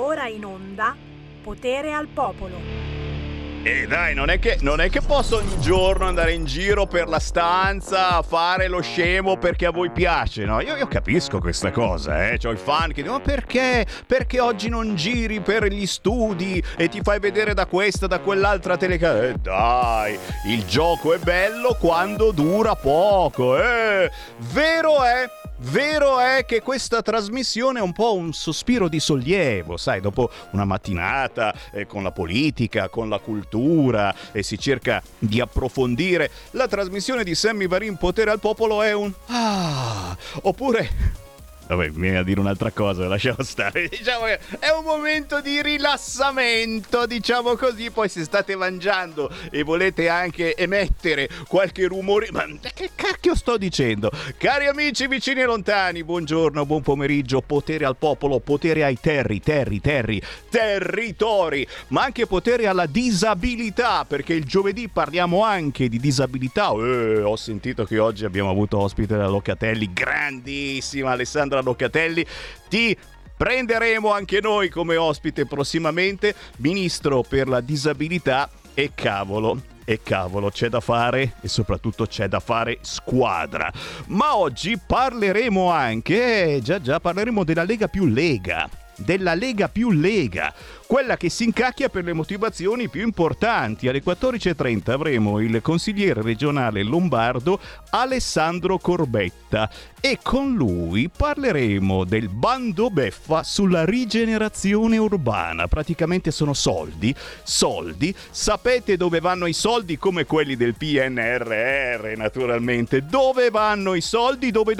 ora in onda Potere al Popolo. E dai, non è che posso ogni giorno andare in giro per la stanza a fare lo scemo perché a voi piace, no? Io capisco questa cosa, C'ho i fan che dicono: ma perché? Perché oggi non giri per gli studi e ti fai vedere da questa, da quell'altra telecamera? Dai, il gioco è bello quando dura poco, Vero è che questa trasmissione è un po' un sospiro di sollievo, sai, dopo una mattinata con la politica, con la cultura, e si cerca di approfondire. La trasmissione di Sammy Varin, Potere al Popolo, è un oppure... Vabbè, mi viene a dire un'altra cosa, lasciamo stare. Diciamo che è un momento di rilassamento, diciamo così. Poi se state mangiando e volete anche emettere qualche rumore... Ma che cacchio sto dicendo? Cari amici vicini e lontani, buongiorno, buon pomeriggio. Potere al popolo, potere ai territori, ma anche potere alla disabilità, perché il giovedì parliamo anche di disabilità. Ho sentito che oggi abbiamo avuto ospite la Locatelli, grandissima Alessandra Locatelli. Ti prenderemo anche noi come ospite prossimamente, ministro per la disabilità. E cavolo, c'è da fare, e soprattutto c'è da fare squadra. Ma oggi parleremo anche, parleremo della Lega più Lega, quella che si incacchia per le motivazioni più importanti. Alle 14.30 avremo il consigliere regionale lombardo Alessandro Corbetta e con lui parleremo del bando beffa sulla rigenerazione urbana. Praticamente sono soldi. Sapete dove vanno i soldi? Come quelli del PNRR, naturalmente. Dove vanno i soldi? Dove?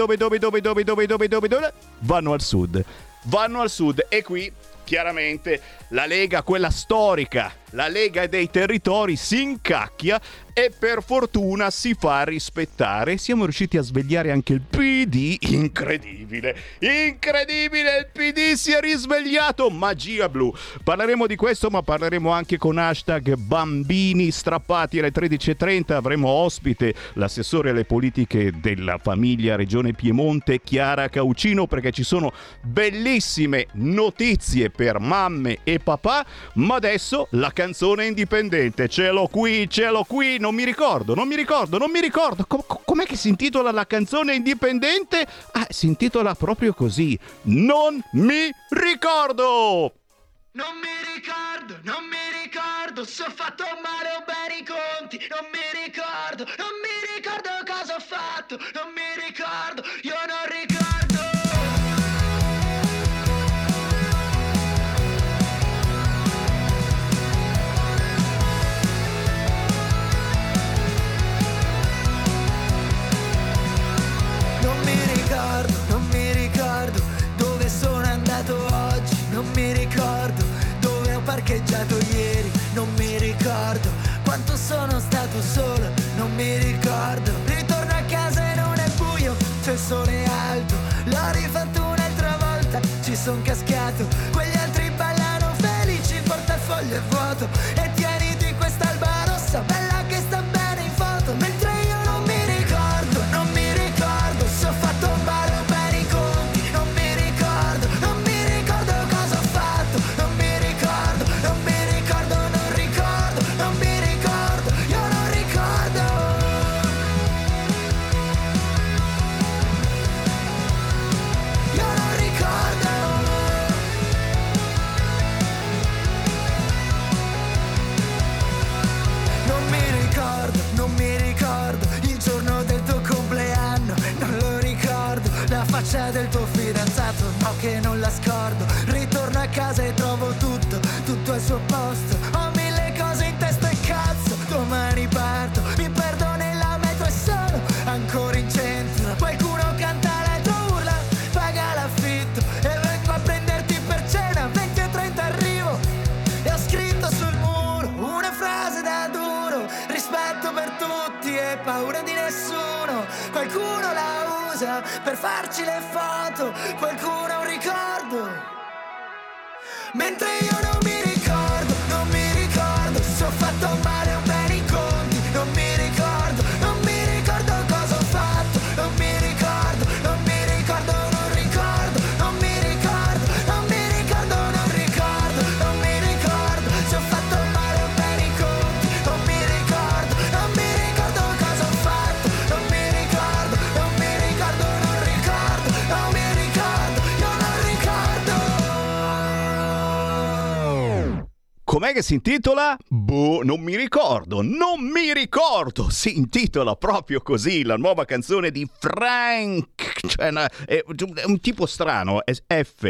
Vanno al sud. E qui chiaramente la Lega, quella storica, la Lega dei territori, si incacchia e per fortuna si fa rispettare. Siamo riusciti a svegliare anche il PD. Incredibile, il PD si è risvegliato, magia blu. Parleremo di questo, ma parleremo anche con hashtag bambini strappati. Alle 13.30 avremo ospite l'assessore alle politiche della famiglia Regione Piemonte, Chiara Caucino, perché ci sono bellissime notizie per mamme e papà. Ma adesso la canzone indipendente, ce l'ho qui, non mi ricordo. Com'è che si intitola la canzone indipendente? Si intitola proprio così, Non mi ricordo, se ho fatto male o bene i conti, non mi ricordo cosa ho fatto, non mi ricordo, io non ricordo. Non mi ricordo dove sono andato oggi, non mi ricordo dove ho parcheggiato ieri, non mi ricordo quanto sono stato solo, non mi ricordo. Ritorno a casa e non è buio, c'è il sole alto, l'ho rifatto un'altra volta, ci son cascato, quegli altri ballano felici, il portafoglio è vuoto e tieniti quest'alba rossa, bella che sta bene in foto, mentre io non mi ricordo se ho fatto male o bene i conti, non mi ricordo cosa ho fatto, non mi ricordo, io non ricordo. Non mi ricordo il giorno del tuo compleanno, non lo ricordo, la faccia del tuo fidanzato, no che non la scordo. Ritorno a casa e trovo tutto al suo posto, ho mille cose in testa e cazzo, domani parto, mi perdo nella metro e sono ancora in centro, qualcuno canta le tue urla, paga l'affitto e vengo a prenderti per cena, 20:30 arrivo e ho scritto sul muro una frase da duro, rispetto per tutti e paura di nessuno, qualcuno la usa per farci le foto, qualcuno ha un ricordo, mentre io non mi ricordo se ho fatto male o bene i conti, non mi ricordo cosa ho fatto, non mi ricordo, non mi ricordo. Com'è che si intitola? Boh, non mi ricordo. Si intitola proprio così la nuova canzone di Frank. Cioè, è un tipo strano. È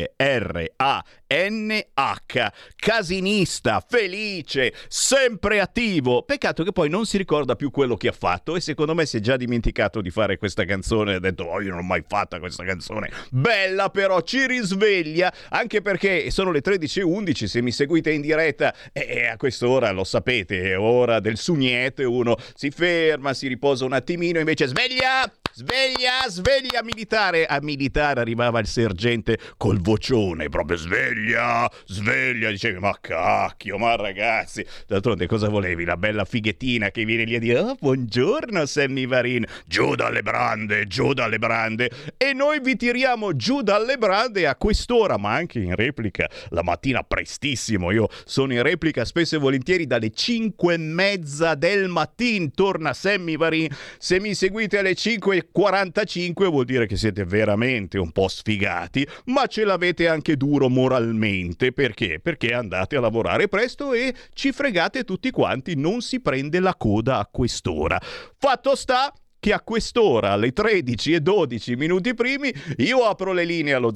F-R-A-N-H. Casinista, felice, sempre attivo. Peccato che poi non si ricorda più quello che ha fatto e secondo me si è già dimenticato di fare questa canzone. Ha detto, io non ho mai fatta questa canzone. Bella però, ci risveglia, anche perché sono le 13:11, se mi seguite in diretta a quest'ora lo sapete, è ora del sugnete, uno si ferma, si riposa un attimino, invece sveglia militare. A militare arrivava il sergente col vocione, proprio sveglia, dicevi ma cacchio, ma ragazzi, d'altronde cosa volevi? La bella fighettina che viene lì a dire oh, buongiorno Sammy Varin, giù dalle brande, e noi vi tiriamo giù dalle brande a quest'ora, ma anche in replica la mattina prestissimo. Io sono in replica spesso e volentieri dalle 5:30 del mattino, torna Sammy Varin. Se mi seguite alle 5:45 vuol dire che siete veramente un po' sfigati, ma ce l'avete anche duro moralmente. Perché? Perché andate a lavorare presto e ci fregate tutti quanti, non si prende la coda a quest'ora. Fatto sta che a quest'ora, alle 13:12 minuti primi, io apro le linee allo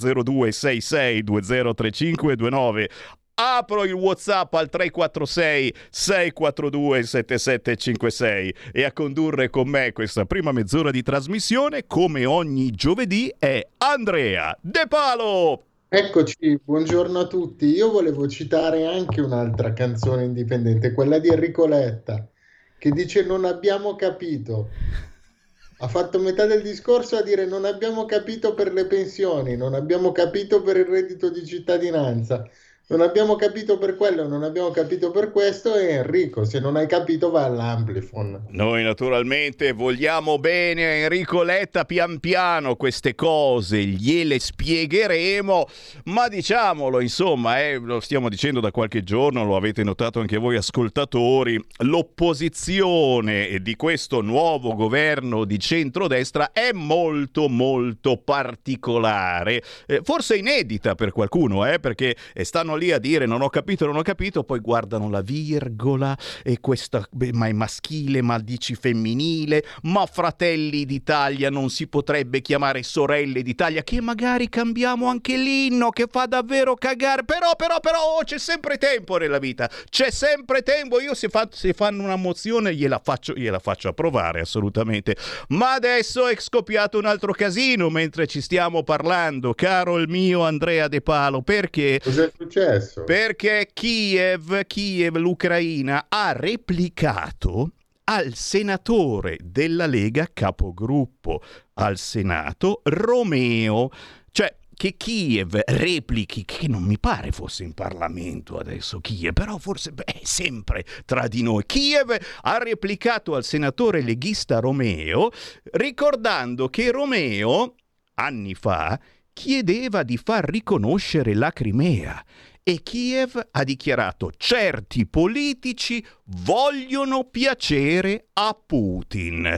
0266203529, apro il WhatsApp al 346 642 7756 e a condurre con me questa prima mezz'ora di trasmissione, come ogni giovedì, è Andrea De Palo. Eccoci, buongiorno a tutti. Io volevo citare anche un'altra canzone indipendente, quella di Enrico Letta, che dice non abbiamo capito. Ha fatto metà del discorso a dire non abbiamo capito per le pensioni, non abbiamo capito per il reddito di cittadinanza, non abbiamo capito per quello, non abbiamo capito per questo. E Enrico, se non hai capito va all'Amplifon. Noi naturalmente vogliamo bene a Enrico Letta, pian piano queste cose gliele spiegheremo, ma diciamolo, insomma, lo stiamo dicendo da qualche giorno, lo avete notato anche voi ascoltatori, l'opposizione di questo nuovo governo di centrodestra è molto molto particolare, forse inedita per qualcuno, perché stanno lì a dire non ho capito, poi guardano la virgola e questa, ma è maschile, ma dici femminile, ma Fratelli d'Italia non si potrebbe chiamare Sorelle d'Italia, che magari cambiamo anche l'inno, che fa davvero cagare, però c'è sempre tempo nella vita, c'è sempre tempo. Io se fanno una mozione gliela faccio approvare assolutamente, ma adesso è scoppiato un altro casino mentre ci stiamo parlando, caro il mio Andrea De Palo. Perché? Cos'è successo? Perché Kiev, l'Ucraina, ha replicato al senatore della Lega capogruppo al Senato Romeo, cioè che Kiev replichi, che non mi pare fosse in Parlamento adesso Kiev, però forse sempre tra di noi. Kiev ha replicato al senatore leghista Romeo, ricordando che Romeo anni fa chiedeva di far riconoscere la Crimea. E Kiev ha dichiarato: certi politici vogliono piacere a Putin.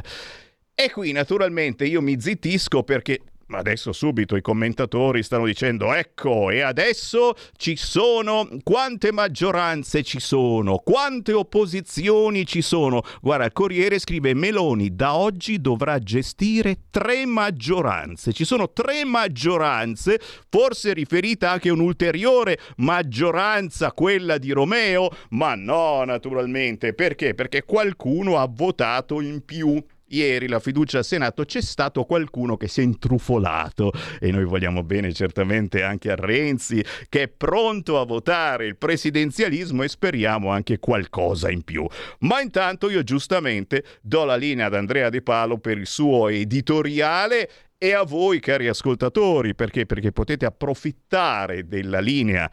E qui naturalmente io mi zittisco, perché adesso subito i commentatori stanno dicendo ecco, e adesso ci sono, quante maggioranze ci sono, quante opposizioni ci sono. Guarda, il Corriere scrive: Meloni da oggi dovrà gestire 3 maggioranze. Ci sono 3 maggioranze, forse riferita anche a un'ulteriore maggioranza, quella di Romeo, ma no, naturalmente. Perché? Perché qualcuno ha votato in più. Ieri la fiducia al Senato, c'è stato qualcuno che si è intrufolato, e noi vogliamo bene certamente anche a Renzi, che è pronto a votare il presidenzialismo, e speriamo anche qualcosa in più. Ma intanto io giustamente do la linea ad Andrea De Palo per il suo editoriale, e a voi cari ascoltatori, perché potete approfittare della linea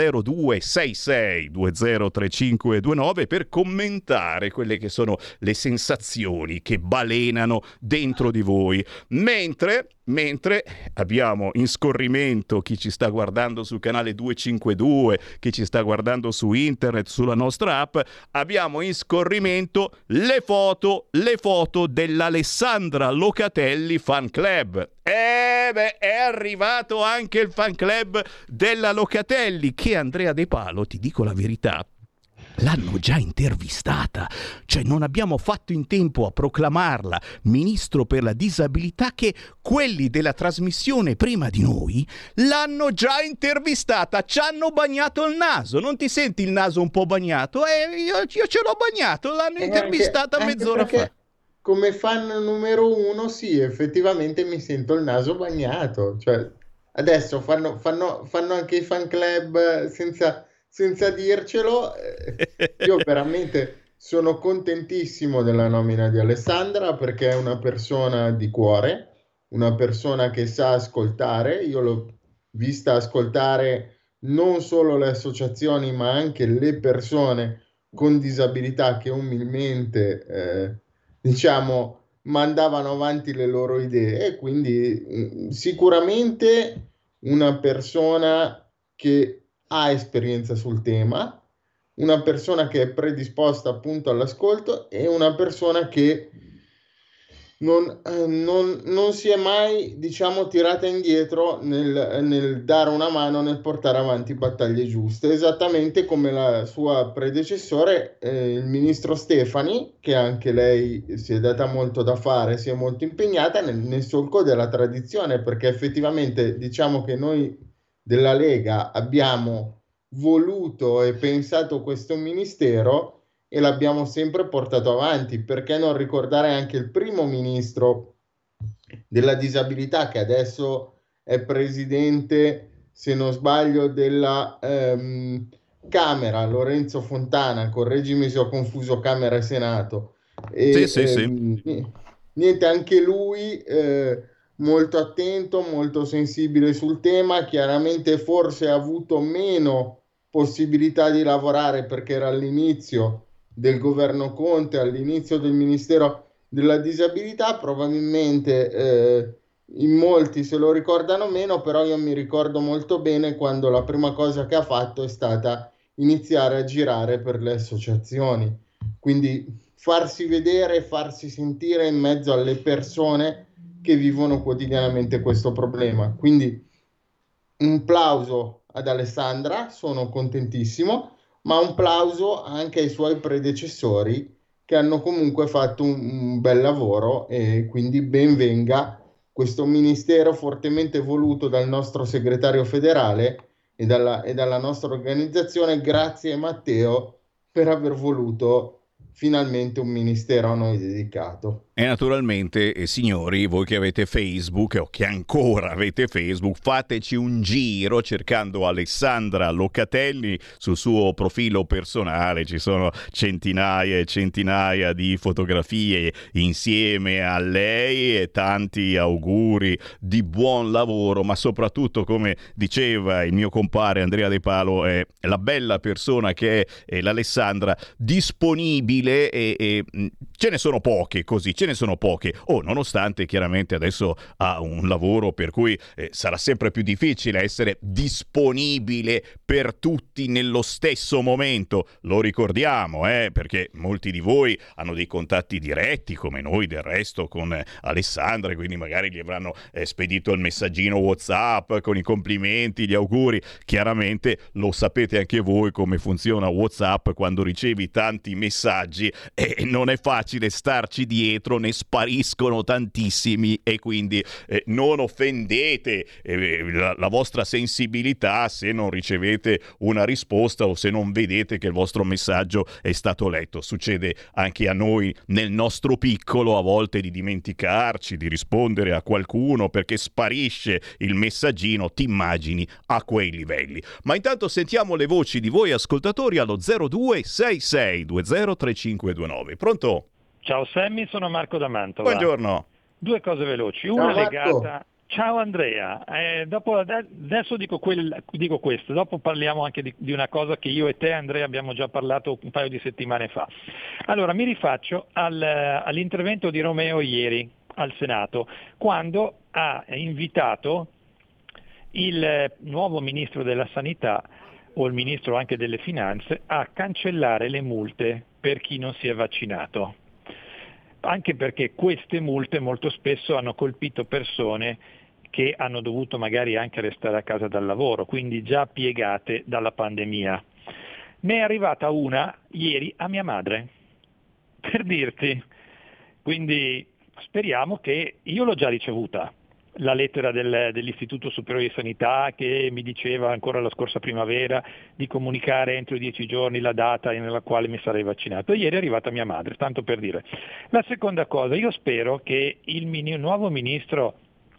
0266203529 per commentare quelle che sono le sensazioni che balenano dentro di voi, mentre abbiamo in scorrimento chi ci sta guardando sul canale 252, chi ci sta guardando su internet, sulla nostra app, abbiamo in scorrimento le foto dell'Alessandra Locatelli Fan Club. È arrivato anche il fan club della Locatelli, che Andrea De Palo, ti dico la verità, l'hanno già intervistata, cioè non abbiamo fatto in tempo a proclamarla ministro per la disabilità che quelli della trasmissione prima di noi l'hanno già intervistata, ci hanno bagnato il naso. Non ti senti il naso un po' bagnato? Io ce l'ho bagnato, l'hanno intervistata mezz'ora fa. Come fan numero uno, sì, effettivamente mi sento il naso bagnato. Cioè, adesso fanno anche i fan club senza dircelo. Io veramente sono contentissimo della nomina di Alessandra perché è una persona di cuore, una persona che sa ascoltare. Io l'ho vista ascoltare non solo le associazioni, ma anche le persone con disabilità che umilmente, diciamo, mandavano avanti le loro idee. E quindi sicuramente una persona che ha esperienza sul tema, una persona che è predisposta appunto all'ascolto e una persona che non si è mai, diciamo, tirata indietro nel dare una mano, nel portare avanti battaglie giuste, esattamente come la sua predecessore, il ministro Stefani, che anche lei si è data molto da fare, si è molto impegnata nel solco della tradizione, perché effettivamente diciamo che noi della Lega abbiamo voluto e pensato questo ministero e l'abbiamo sempre portato avanti. Perché non ricordare anche il primo ministro della disabilità, che adesso è presidente, se non sbaglio, della Camera, Lorenzo Fontana, correggimi se ho confuso Camera e Senato. E, Sì. niente, anche lui molto attento, molto sensibile sul tema. Chiaramente forse ha avuto meno possibilità di lavorare perché era all'inizio del governo Conte, all'inizio del Ministero della Disabilità. Probabilmente in molti se lo ricordano meno, però io mi ricordo molto bene quando la prima cosa che ha fatto è stata iniziare a girare per le associazioni, quindi farsi vedere, farsi sentire in mezzo alle persone che vivono quotidianamente questo problema. Quindi un plauso ad Alessandra, sono contentissimo, ma un plauso anche ai suoi predecessori che hanno comunque fatto un bel lavoro, e quindi ben venga questo ministero fortemente voluto dal nostro segretario federale e dalla nostra organizzazione. Grazie Matteo per aver voluto finalmente un ministero a noi dedicato. E naturalmente, signori, voi che avete Facebook o che ancora avete Facebook, fateci un giro cercando Alessandra Locatelli sul suo profilo personale. Ci sono centinaia e centinaia di fotografie insieme a lei e tanti auguri di buon lavoro, ma soprattutto, come diceva il mio compare Andrea De Palo, è la bella persona che è l'Alessandra, disponibile e ce ne sono poche così, ce ne sono poche, nonostante chiaramente adesso ha un lavoro per cui sarà sempre più difficile essere disponibile per tutti nello stesso momento, lo ricordiamo, perché molti di voi hanno dei contatti diretti come noi del resto con Alessandra, e quindi magari gli avranno spedito il messaggino WhatsApp con i complimenti, gli auguri. Chiaramente lo sapete anche voi come funziona WhatsApp quando ricevi tanti messaggi, e non è facile starci dietro, ne spariscono tantissimi, e quindi non offendete la vostra sensibilità se non ricevete una risposta o se non vedete che il vostro messaggio è stato letto. Succede anche a noi nel nostro piccolo a volte di dimenticarci di rispondere a qualcuno perché sparisce il messaggino, ti immagini a quei livelli. Ma intanto sentiamo le voci di voi ascoltatori allo 0266203529. Pronto? Ciao Sammy, sono Marco da Mantova. Buongiorno. Due cose veloci. Ciao, Una Marco. legata. Ciao Andrea. Adesso dico questo, dopo parliamo anche di una cosa che io e te, Andrea, abbiamo già parlato un paio di settimane fa. Allora, mi rifaccio all'intervento di Romeo ieri al Senato, quando ha invitato il nuovo ministro della Sanità o il ministro anche delle Finanze a cancellare le multe per chi non si è vaccinato. Anche perché queste multe molto spesso hanno colpito persone che hanno dovuto magari anche restare a casa dal lavoro, quindi già piegate dalla pandemia. Ne è arrivata una ieri a mia madre, per dirti. Quindi speriamo che, io l'ho già ricevuta, la lettera dell'Istituto Superiore di Sanità che mi diceva ancora la scorsa primavera di comunicare entro 10 giorni la data nella quale mi sarei vaccinato. Ieri è arrivata mia madre, tanto per dire. La seconda cosa, io spero che il nuovo ministro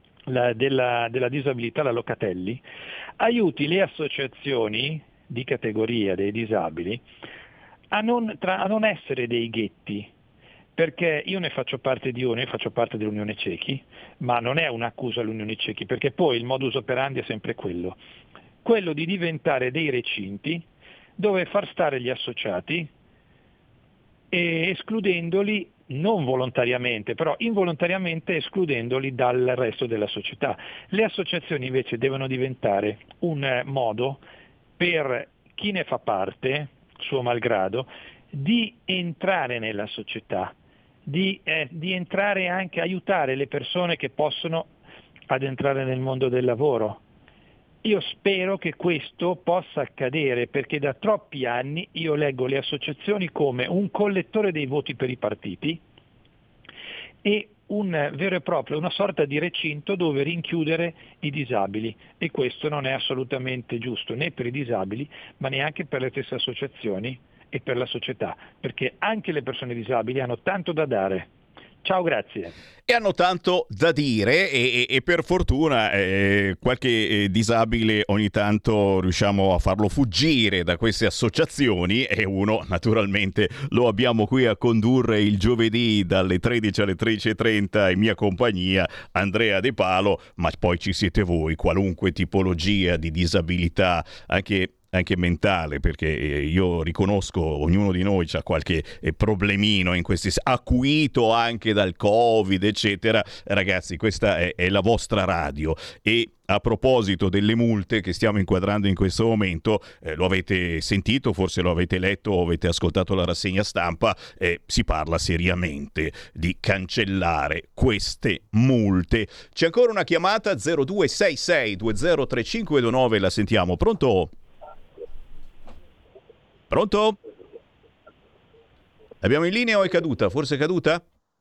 della disabilità, la Locatelli, aiuti le associazioni di categoria dei disabili a non essere dei ghetti, perché io ne faccio parte di una, io faccio parte dell'Unione Cechi, ma non è un'accusa all'Unione Cechi, perché poi il modus operandi è sempre quello di diventare dei recinti dove far stare gli associati e escludendoli non volontariamente, però involontariamente escludendoli dal resto della società. Le associazioni invece devono diventare un modo per chi ne fa parte, suo malgrado, di entrare nella società, di entrare anche, aiutare le persone che possono ad entrare nel mondo del lavoro. Io spero che questo possa accadere, perché da troppi anni io leggo le associazioni come un collettore dei voti per i partiti e un vero e proprio, una sorta di recinto dove rinchiudere i disabili, e questo non è assolutamente giusto né per i disabili ma neanche per le stesse associazioni e per la società, perché anche le persone disabili hanno tanto da dare. Ciao, grazie. E hanno tanto da dire e per fortuna qualche disabile ogni tanto riusciamo a farlo fuggire da queste associazioni, e uno naturalmente lo abbiamo qui a condurre il giovedì dalle 13 alle 13:30 in mia compagnia, Andrea De Palo, ma poi ci siete voi, qualunque tipologia di disabilità, anche mentale, perché io riconosco ognuno di noi ha qualche problemino in questi, acuito anche dal Covid eccetera. Ragazzi, questa è la vostra radio. E a proposito delle multe che stiamo inquadrando in questo momento, lo avete sentito, forse lo avete letto o avete ascoltato la rassegna stampa, si parla seriamente di cancellare queste multe. C'è ancora una chiamata, 0266 203529, la sentiamo. Pronto? Pronto? L'abbiamo in linea o è caduta? Forse è caduta?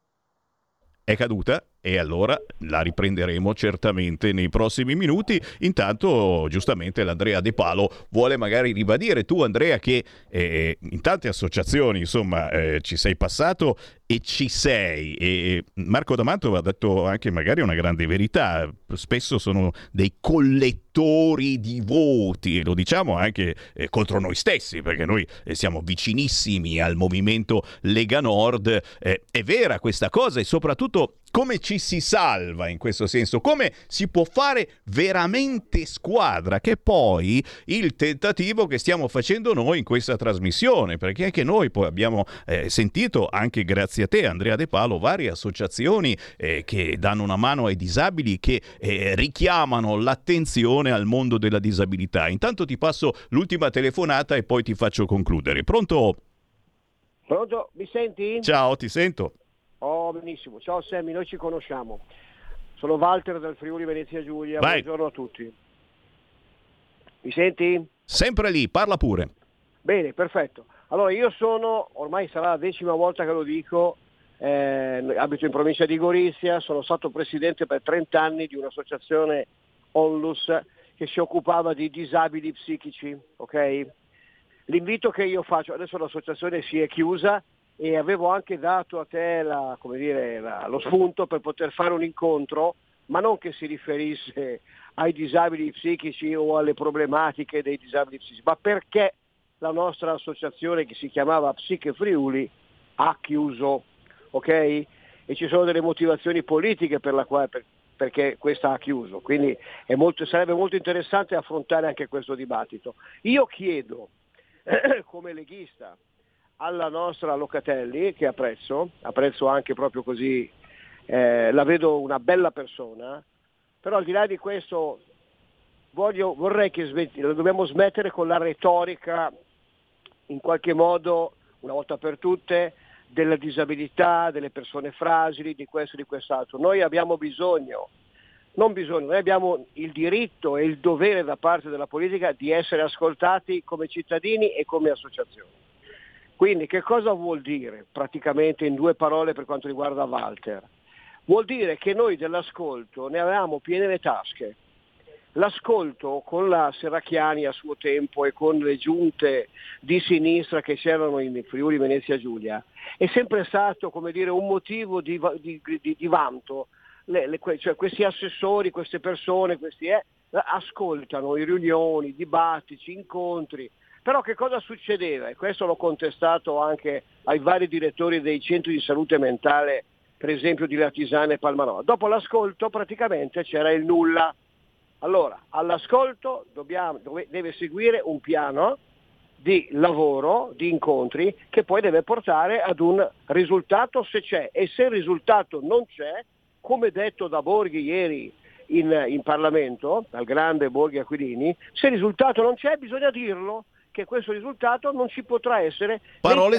È caduta, e allora la riprenderemo certamente nei prossimi minuti. Intanto giustamente l'Andrea De Palo vuole magari ribadire, tu Andrea che in tante associazioni insomma ci sei passato e ci sei, e Marco D'Amato ha detto anche magari una grande verità, spesso sono dei collettori di voti, e lo diciamo anche contro noi stessi, perché noi siamo vicinissimi al movimento Lega Nord. È vera questa cosa, e soprattutto come ci si salva in questo senso, come si può fare veramente squadra, che è poi il tentativo che stiamo facendo noi in questa trasmissione, perché anche noi poi abbiamo sentito, anche grazie a te Andrea De Palo, varie associazioni che danno una mano ai disabili, che richiamano l'attenzione al mondo della disabilità. Intanto ti passo l'ultima telefonata e poi ti faccio concludere. Pronto? Pronto? Mi senti? Ciao, ti sento. Oh, benissimo. Ciao Sammy, noi ci conosciamo. Sono Walter del Friuli Venezia Giulia. Vai. Buongiorno a tutti. Mi senti? Sempre lì, parla pure. Bene, perfetto. Allora, io sono, ormai sarà la 10ª volta che lo dico, abito in provincia di Gorizia, sono stato presidente per 30 anni di un'associazione Onlus che si occupava di disabili psichici, ok? L'invito che io faccio, adesso l'associazione si è chiusa, e avevo anche dato a te lo spunto per poter fare un incontro, ma non che si riferisse ai disabili psichici o alle problematiche dei disabili psichici, ma perché la nostra associazione, che si chiamava Psiche Friuli, ha chiuso, ok? E ci sono delle motivazioni politiche perché questa ha chiuso, quindi sarebbe molto interessante affrontare anche questo dibattito. Io chiedo, come leghista, alla nostra Locatelli, che apprezzo anche proprio così, la vedo una bella persona, però al di là di questo vorrei che dobbiamo smettere con la retorica, in qualche modo, una volta per tutte, della disabilità, delle persone fragili, di questo e di quest'altro. Noi abbiamo bisogno Non bisogna, noi abbiamo il diritto e il dovere da parte della politica di essere ascoltati come cittadini e come associazioni. Quindi che cosa vuol dire praticamente in 2 parole per quanto riguarda Walter? Vuol dire che noi dell'ascolto ne avevamo piene le tasche. L'ascolto con la Serracchiani a suo tempo e con le giunte di sinistra che c'erano in Friuli Venezia Giulia è sempre stato, come dire, un motivo di vanto. Cioè questi assessori, queste persone, ascoltano i riunioni, i dibattiti, incontri. Però che cosa succedeva? E questo l'ho contestato anche ai vari direttori dei centri di salute mentale, per esempio di Latisana e Palmanova. Dopo l'ascolto praticamente c'era il nulla. Allora, all'ascolto deve seguire un piano di lavoro, di incontri, che poi deve portare ad un risultato se c'è. E se il risultato non c'è, come detto da Borghi ieri in Parlamento, dal grande Borghi Aquilini, se il risultato non c'è bisogna dirlo, che questo risultato non ci potrà essere. Parole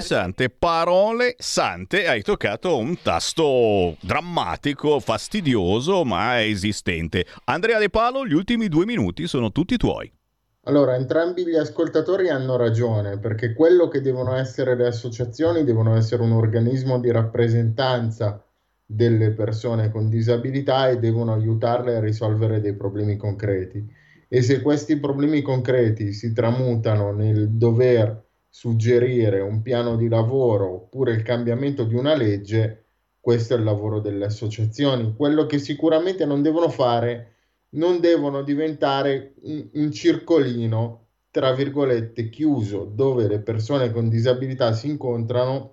sante, hai toccato un tasto drammatico, fastidioso, ma esistente. Andrea De Palo, gli ultimi 2 minuti sono tutti tuoi. Allora, entrambi gli ascoltatori hanno ragione, perché quello che devono essere le associazioni devono essere un organismo di rappresentanza delle persone con disabilità e devono aiutarle a risolvere dei problemi concreti. E se questi problemi concreti si tramutano nel dover suggerire un piano di lavoro oppure il cambiamento di una legge, questo è il lavoro delle associazioni. Quello che sicuramente non devono fare, non devono diventare un circolino, tra virgolette, chiuso, dove le persone con disabilità si incontrano,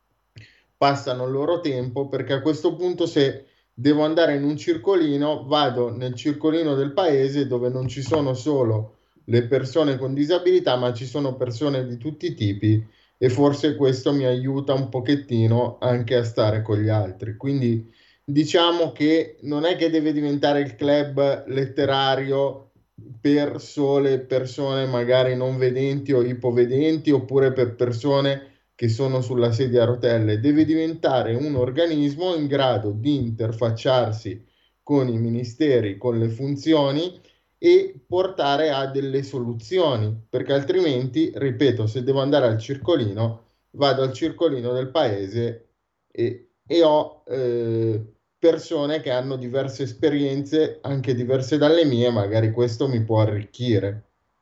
passano il loro tempo, perché a questo punto se devo andare in un circolino, vado nel circolino del paese dove non ci sono solo le persone con disabilità, ma ci sono persone di tutti i tipi e forse questo mi aiuta un pochettino anche a stare con gli altri. Quindi diciamo che non è che deve diventare il club letterario per sole persone magari non vedenti o ipovedenti oppure per persone che sono sulla sedia a rotelle, deve diventare un organismo in grado di interfacciarsi con i ministeri, con le funzioni e portare a delle soluzioni, perché altrimenti, ripeto, se devo andare al circolino, vado al circolino del paese e ho persone che hanno diverse esperienze, anche diverse dalle mie, magari questo mi può arricchire.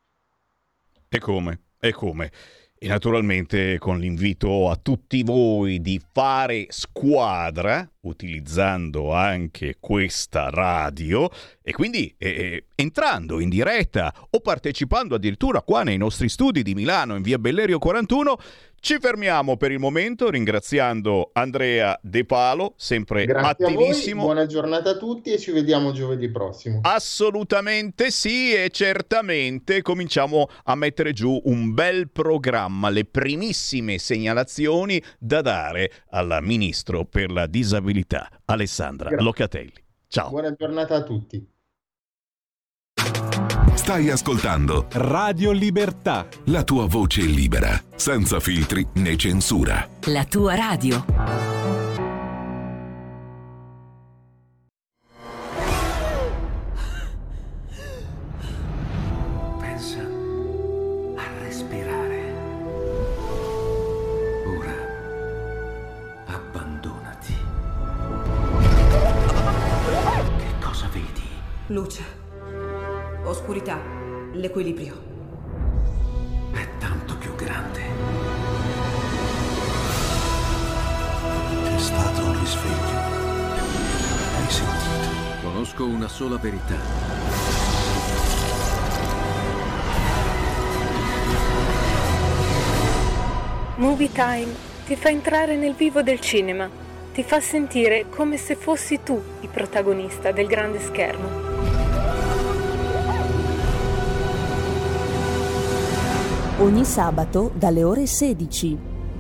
E come? E naturalmente con l'invito a tutti voi di fare squadra utilizzando anche questa radio e quindi entrando in diretta o partecipando addirittura qua nei nostri studi di Milano in via Bellerio 41. Ci fermiamo per il momento ringraziando Andrea De Palo, sempre Grazie attivissimo. A voi, buona giornata a tutti e ci vediamo giovedì prossimo. Assolutamente sì, e certamente cominciamo a mettere giù un bel programma, le primissime segnalazioni da dare al Ministro per la Disabilità, Alessandra Locatelli. Ciao. Buona giornata a tutti. Stai ascoltando Radio Libertà, la tua voce libera, senza filtri né censura. La tua radio. Pensa a respirare. Ora abbandonati. Che cosa vedi? Luce. Oscurità, l'equilibrio. È tanto più grande. C'è stato un risveglio. Hai sentito? Conosco una sola verità. Movie Time ti fa entrare nel vivo del cinema, ti fa sentire come se fossi tu il protagonista del grande schermo. Ogni sabato dalle ore 16.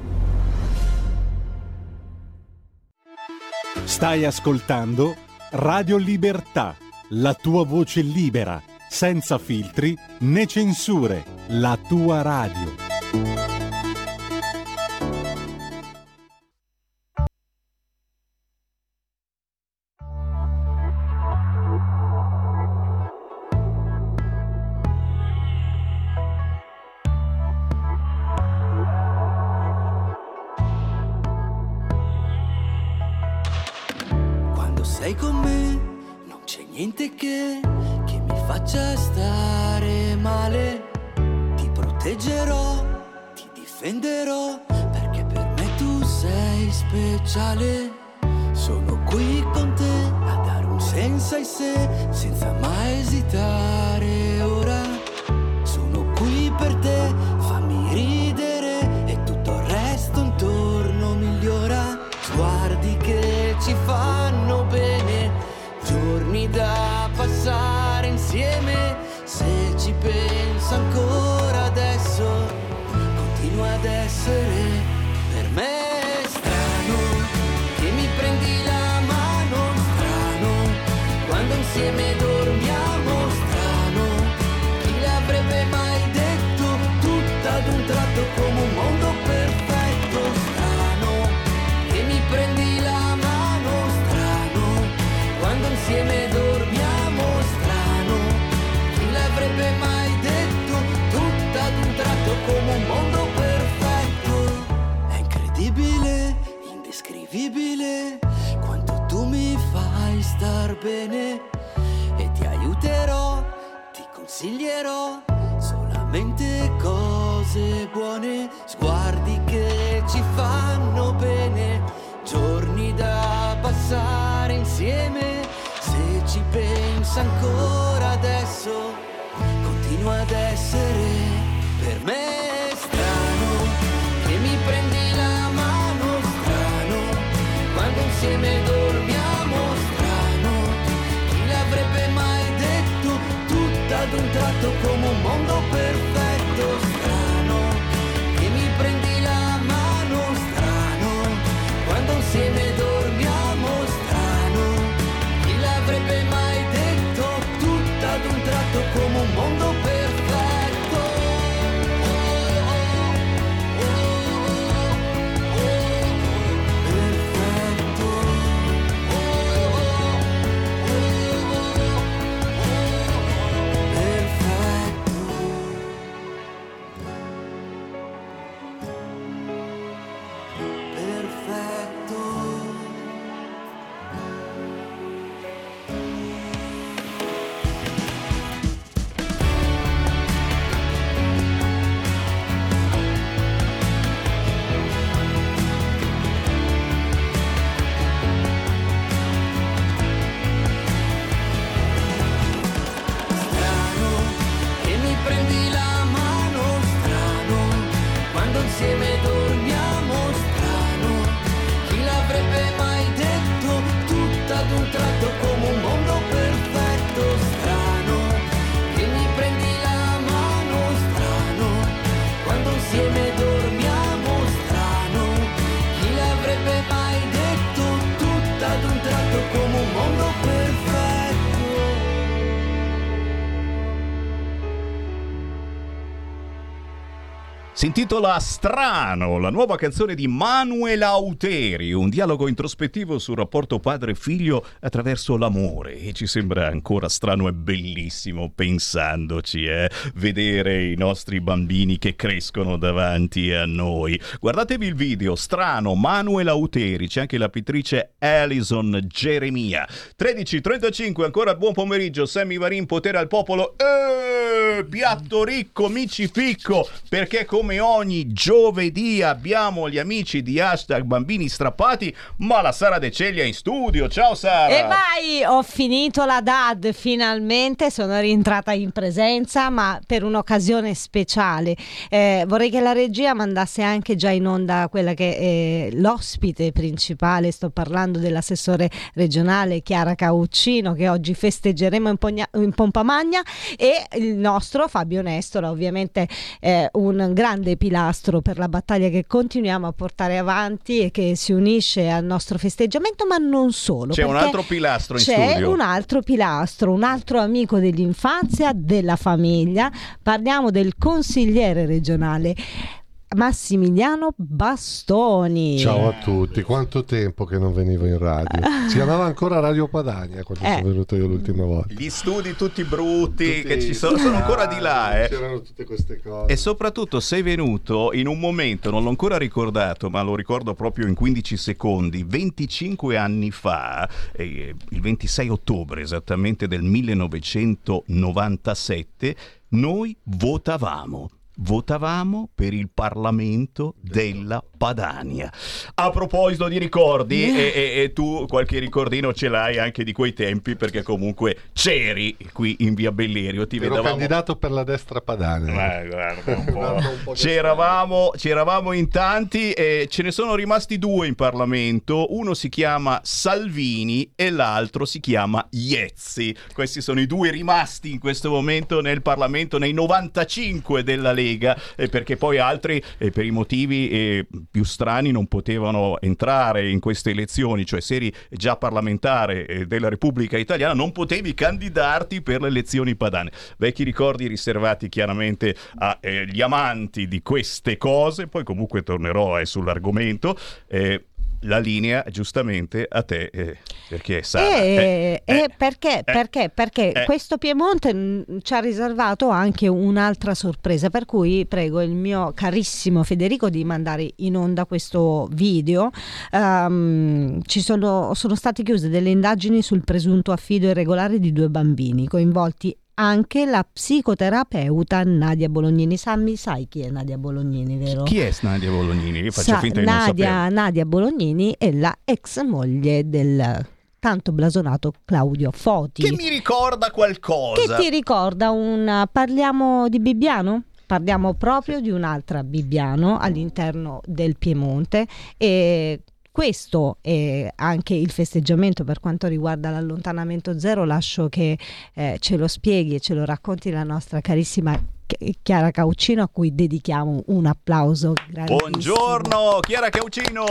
Stai ascoltando Radio Libertà, la tua voce libera, senza filtri né censure, la tua radio. niente che mi faccia stare male. Ti proteggerò, ti difenderò, perché per me tu sei speciale. Sono qui con te a dare un senso ai sé, senza mai esitare ora. Sono qui per te, fammi ridere e tutto il resto intorno migliora. Sguardi che ci fanno bene, giorni da passare insieme. Se ci penso ancora adesso, continua ad essere per me strano che mi prendi la mano, strano quando insieme dormiamo, strano chi l'avrebbe mai detto, tutto ad un tratto come un mondo perfetto, strano che mi prendi la mano, strano quando insieme dormiamo, strano chi l'avrebbe mai detto, tutto ad un tratto come un mondo perfetto. È incredibile, indescrivibile quanto tu mi fai star bene, e ti aiuterò, ti consiglierò solamente cose buone. Sguardi che ci fanno bene, giorni da passare insieme. Se ci penso ancora adesso, continua ad essere per me strano che mi prendi la mano, strano quando insieme dormiamo, strano chi l'avrebbe mai detto, tutto ad un tratto come un mondo perfetto, strano che mi prendi la mano, strano quando insieme dormiamo, strano chi l'avrebbe mai detto, tutto ad un tratto come un mondo perfetto. Prendi la mano, strano quando insieme dormiamo, strano chi l'avrebbe mai detto, tutto ad un tratto come un mondo perfetto, strano che mi prendi la mano, strano quando insieme dormiamo, strano chi l'avrebbe mai detto, tutto ad un tratto come un mondo perfetto. Si intitola Strano, la nuova canzone di Manuel Auteri, un dialogo introspettivo sul rapporto padre-figlio attraverso l'amore, e ci sembra ancora strano e bellissimo pensandoci, vedere i nostri bambini che crescono davanti a noi. Guardatevi il video, Strano, Manuel Auteri, c'è anche la pittrice Alison Geremia. 13:35, ancora buon pomeriggio, Sammy Varin, Potere al Popolo. Piatto ricco, mici picco, perché come ogni giovedì abbiamo gli amici di #bambini strappati, ma la Sara De Ceglia in studio. Ciao Sara! E vai, ho finito la DAD finalmente, sono rientrata in presenza, ma per un'occasione speciale. Vorrei che la regia mandasse anche già in onda quella che è l'ospite principale, sto parlando dell'assessore regionale Chiara Cauccino, che oggi festeggeremo in pompa magna, e il nostro Fabio Nestola, ovviamente un grande pilastro per la battaglia che continuiamo a portare avanti e che si unisce al nostro festeggiamento, ma non solo. C'è un altro pilastro in studio. C'è un altro pilastro, un altro amico dell'infanzia, della famiglia. Parliamo del consigliere regionale Massimiliano Bastoni. Ciao a tutti, quanto tempo che non venivo in radio. Si chiamava ancora Radio Padania quando sono venuto io l'ultima volta. Gli studi tutti brutti che ci sono ancora di là, C'erano tutte queste cose. E soprattutto sei venuto in un momento, non l'ho ancora ricordato, ma lo ricordo proprio in 15 secondi, 25 anni fa, il 26 ottobre esattamente del 1997, noi votavamo per il Parlamento della Padania. A proposito di ricordi, e tu qualche ricordino ce l'hai anche di quei tempi, perché comunque c'eri qui in via Bellerio, ti ero vedevamo candidato per la destra padana. Guarda, un po'. C'eravamo in tanti e ce ne sono rimasti due in Parlamento, uno si chiama Salvini e l'altro si chiama Iezzi. Questi sono i due rimasti in questo momento nel Parlamento, nei 95 della Lega, perché poi altri per i motivi più strani non potevano entrare in queste elezioni, cioè se eri già parlamentare della Repubblica Italiana non potevi candidarti per le elezioni padane. Vecchi ricordi riservati chiaramente agli amanti di queste cose, poi comunque tornerò sull'argomento. La linea giustamente a te, perché Sara, perché questo Piemonte ci ha riservato anche un'altra sorpresa, per cui prego il mio carissimo Federico di mandare in onda questo video. Sono state chiuse delle indagini sul presunto affido irregolare di 2 bambini, coinvolti anche la psicoterapeuta Nadia Bolognini. Sammy, sai chi è Nadia Bolognini, vero? Chi è Nadia Bolognini? Io faccio finta di non sapere. Nadia Bolognini è la ex moglie del tanto blasonato Claudio Foti. Che mi ricorda qualcosa. Che ti ricorda parliamo di Bibbiano? Parliamo proprio di un'altra Bibbiano all'interno del Piemonte, e questo è anche il festeggiamento per quanto riguarda l'allontanamento zero. Lascio che ce lo spieghi e ce lo racconti la nostra carissima Chiara Caucino, a cui dedichiamo un applauso grandissimo. Buongiorno Chiara Caucino.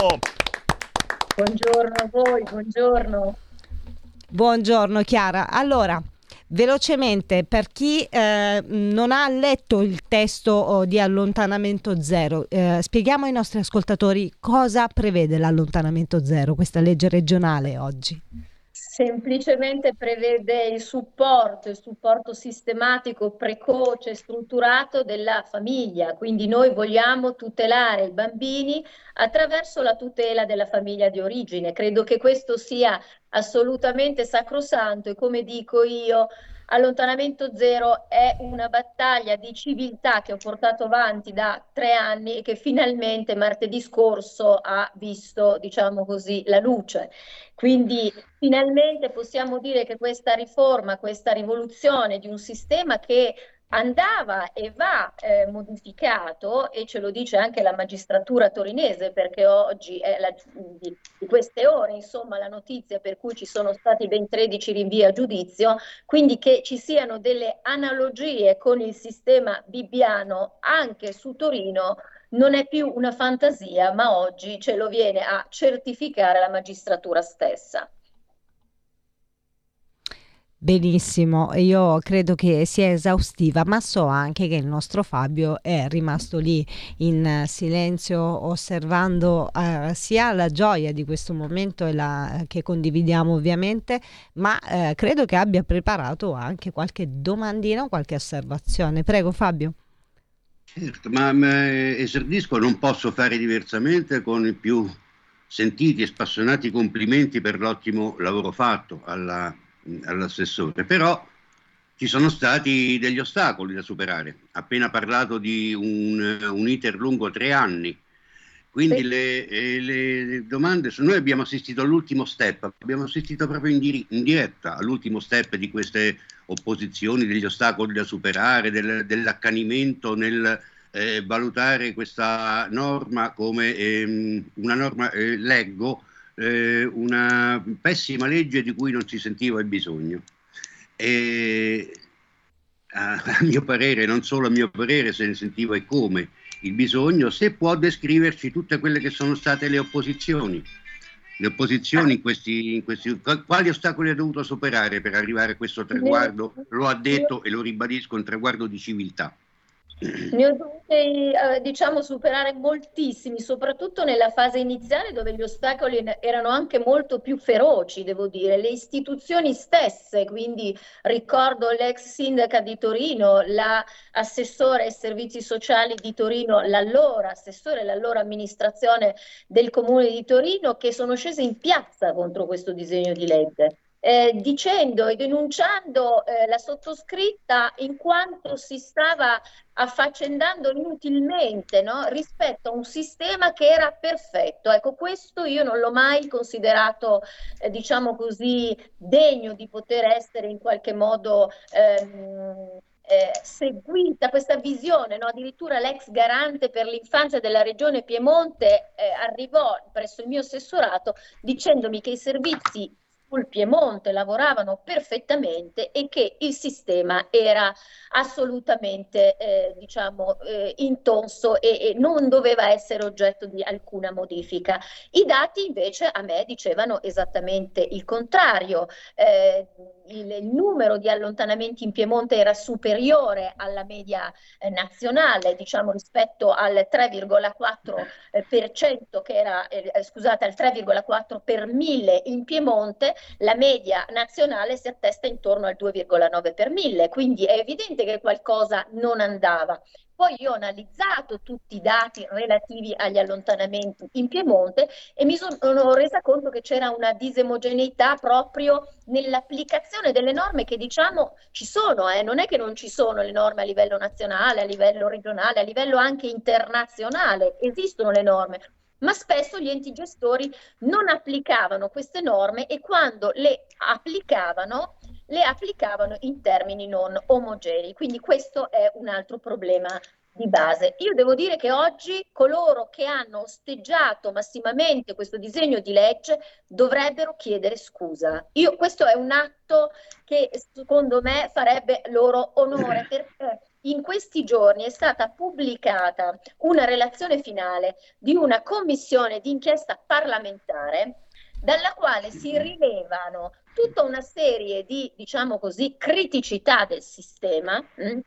Buongiorno a voi, buongiorno. Buongiorno Chiara. Allora, velocemente, per chi non ha letto il testo di allontanamento zero, spieghiamo ai nostri ascoltatori cosa prevede l'allontanamento zero, questa legge regionale oggi. Semplicemente prevede il supporto sistematico, precoce, strutturato della famiglia. Quindi noi vogliamo tutelare i bambini attraverso la tutela della famiglia di origine. Credo che questo sia assolutamente sacrosanto, e come dico io, allontanamento zero è una battaglia di civiltà che ho portato avanti da 3 anni e che finalmente martedì scorso ha visto, diciamo così, la luce. Quindi finalmente possiamo dire che questa riforma, questa rivoluzione di un sistema che andava e va modificato, e ce lo dice anche la magistratura torinese, perché oggi è di queste ore, insomma, la notizia per cui ci sono stati ben 13 rinvii a giudizio, quindi che ci siano delle analogie con il sistema bibbiano anche su Torino non è più una fantasia, ma oggi ce lo viene a certificare la magistratura stessa. Benissimo, io credo che sia esaustiva, ma so anche che il nostro Fabio è rimasto lì in silenzio, osservando sia la gioia di questo momento che condividiamo ovviamente, ma credo che abbia preparato anche qualche domandina o qualche osservazione. Prego Fabio. Certo, ma esordisco, non posso fare diversamente, con i più sentiti e spassionati complimenti per l'ottimo lavoro fatto all'assessore, però ci sono stati degli ostacoli da superare. Appena parlato di un iter lungo 3 anni, quindi le domande noi abbiamo assistito all'ultimo step, abbiamo assistito proprio in diretta all'ultimo step di queste opposizioni, degli ostacoli da superare, dell'accanimento nel valutare questa norma come una norma, una pessima legge di cui non si sentiva il bisogno. E a mio parere, non solo a mio parere, se ne sentiva e come il bisogno, se può descriverci tutte quelle che sono state le opposizioni in questi quali ostacoli ha dovuto superare per arrivare a questo traguardo, lo ha detto e lo ribadisco, un traguardo di civiltà. Ne ho dovuti, diciamo, superare moltissimi, soprattutto nella fase iniziale dove gli ostacoli erano anche molto più feroci, devo dire. Le istituzioni stesse, quindi ricordo l'ex sindaca di Torino, l'assessore ai servizi sociali di Torino, l'allora assessore, l'allora amministrazione del Comune di Torino, che sono scese in piazza contro questo disegno di legge. Dicendo e denunciando la sottoscritta in quanto si stava affaccendando inutilmente, no? Rispetto a un sistema che era perfetto. Ecco, questo io non l'ho mai considerato, diciamo così, degno di poter essere in qualche modo seguita, questa visione, no? Addirittura l'ex garante per l'infanzia della regione Piemonte arrivò presso il mio assessorato dicendomi che i servizi sul Piemonte lavoravano perfettamente e che il sistema era assolutamente intonso e non doveva essere oggetto di alcuna modifica. I dati invece a me dicevano esattamente il contrario. Il numero di allontanamenti in Piemonte era superiore alla media nazionale, diciamo rispetto al 3,4% che era, scusate, al 3,4 per 1000 in Piemonte. La media nazionale si attesta intorno al 2,9 per 1000, quindi è evidente che qualcosa non andava. Poi io ho analizzato tutti i dati relativi agli allontanamenti in Piemonte e mi sono resa conto che c'era una disomogeneità proprio nell'applicazione delle norme che diciamo ci sono, non è che non ci sono le norme a livello nazionale, a livello regionale, a livello anche internazionale, esistono le norme, ma spesso gli enti gestori non applicavano queste norme e quando le applicavano in termini non omogenei. Quindi questo è un altro problema di base. Io devo dire che oggi coloro che hanno osteggiato massimamente questo disegno di legge dovrebbero chiedere scusa. Questo è un atto che secondo me farebbe loro onore, perché in questi giorni è stata pubblicata una relazione finale di una commissione d'inchiesta parlamentare dalla quale si rilevano tutta una serie di, diciamo così, criticità del sistema,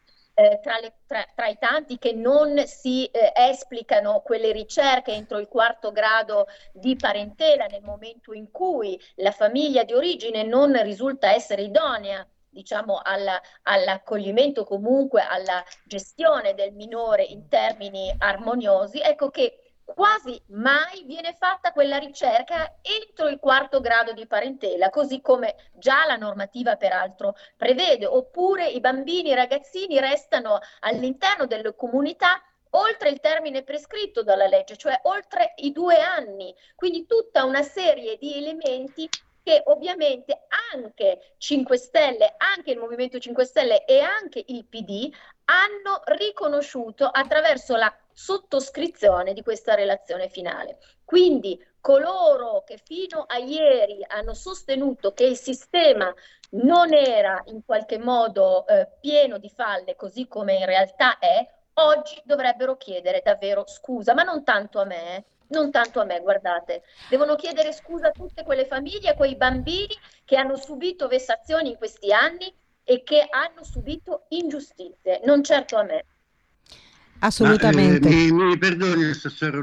tra i tanti che non si esplicano quelle ricerche entro il 4° grado di parentela nel momento in cui la famiglia di origine non risulta essere idonea, diciamo, all'accoglimento, comunque alla gestione del minore in termini armoniosi. Ecco che quasi mai viene fatta quella ricerca entro il 4° grado di parentela, così come già la normativa peraltro prevede, oppure i bambini e i ragazzini restano all'interno delle comunità oltre il termine prescritto dalla legge, cioè oltre i 2 anni, quindi tutta una serie di elementi che ovviamente anche 5 Stelle, anche il Movimento 5 Stelle e anche il PD hanno riconosciuto attraverso la sottoscrizione di questa relazione finale. Quindi coloro che fino a ieri hanno sostenuto che il sistema non era in qualche modo pieno di falle, così come in realtà è, oggi dovrebbero chiedere davvero scusa, ma non tanto a me, guardate, devono chiedere scusa a tutte quelle famiglie, a quei bambini che hanno subito vessazioni in questi anni e che hanno subito ingiustizie, non certo a me. Assolutamente. Mi perdoni, Assessore,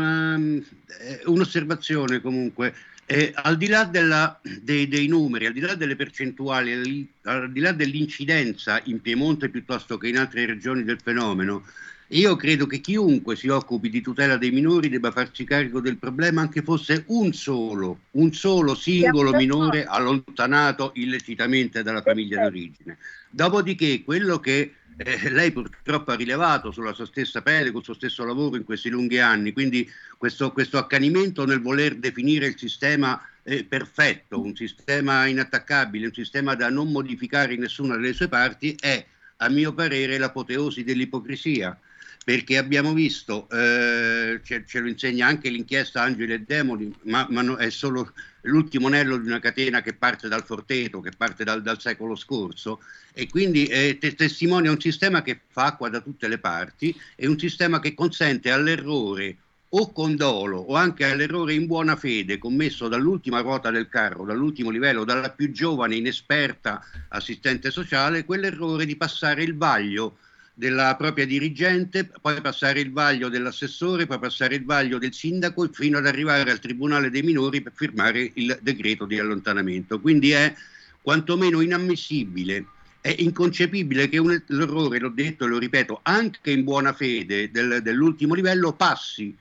un'osservazione comunque. Al di là dei numeri, al di là delle percentuali, al di là dell'incidenza in Piemonte piuttosto che in altre regioni del fenomeno, io credo che chiunque si occupi di tutela dei minori debba farsi carico del problema, anche fosse un solo singolo minore allontanato illecitamente dalla famiglia d'origine. Dopodiché quello che lei purtroppo ha rilevato sulla sua stessa pelle, col suo stesso lavoro in questi lunghi anni, quindi questo accanimento nel voler definire il sistema perfetto, un sistema inattaccabile, un sistema da non modificare in nessuna delle sue parti, è a mio parere l'apoteosi dell'ipocrisia, perché abbiamo visto, ce lo insegna anche l'inchiesta Angeli e Demoni, ma è solo l'ultimo anello di una catena che parte dal Forteto, che parte dal secolo scorso, e quindi testimonia un sistema che fa acqua da tutte le parti, è un sistema che consente all'errore o con dolo o anche all'errore in buona fede commesso dall'ultima ruota del carro, dall'ultimo livello, dalla più giovane inesperta assistente sociale, quell'errore di passare il vaglio della propria dirigente, poi passare il vaglio dell'assessore, poi passare il vaglio del sindaco fino ad arrivare al Tribunale dei minori per firmare il decreto di allontanamento. Quindi è quantomeno inammissibile, è inconcepibile che l'orrore, l'ho detto e lo ripeto, anche in buona fede dell'ultimo livello passi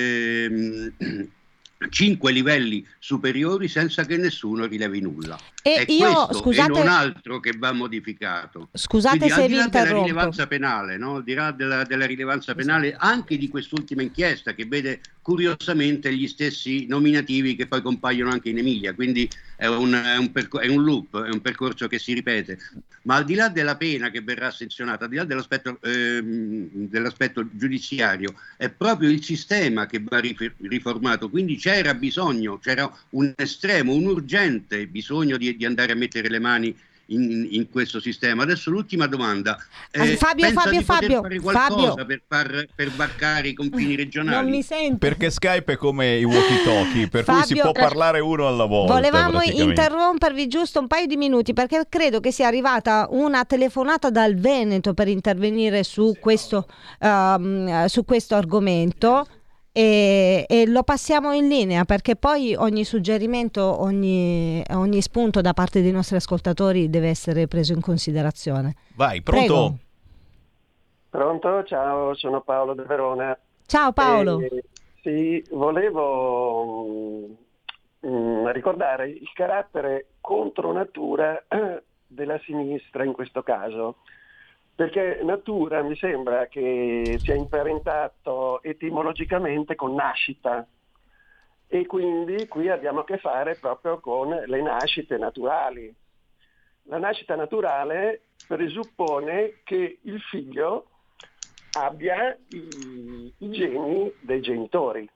5 livelli superiori senza che nessuno rilevi nulla. E è io, questo scusate, e non altro che va modificato. Scusate. Quindi, se vi al di là della interrompo. rilevanza penale, no? Al di là della rilevanza penale anche di quest'ultima inchiesta, che vede curiosamente gli stessi nominativi che poi compaiono anche in Emilia, quindi è un loop, è un percorso che si ripete. Ma al di là della pena che verrà sanzionata, al di là dell'aspetto giudiziario, è proprio il sistema che va riformato. Quindi c'era un estremo, un urgente bisogno di andare a mettere le mani in questo sistema. Adesso l'ultima domanda. Fabio, fare qualcosa per varcare i confini regionali? Non mi sento. Perché Skype è come i walkie-talkie, per cui si può parlare uno alla volta. Volevamo interrompervi giusto un paio di minuti, perché credo che sia arrivata una telefonata dal Veneto per intervenire su questo argomento. E lo passiamo in linea, perché poi ogni suggerimento, ogni spunto da parte dei nostri ascoltatori deve essere preso in considerazione. Vai, pronto? Prego. Pronto, ciao, sono Paolo da Verona. Ciao Paolo. Sì, volevo ricordare il carattere contro natura della sinistra in questo caso. Perché natura mi sembra che sia imparentato etimologicamente con nascita, e quindi qui abbiamo a che fare proprio con le nascite naturali. La nascita naturale presuppone che il figlio abbia i geni dei genitori,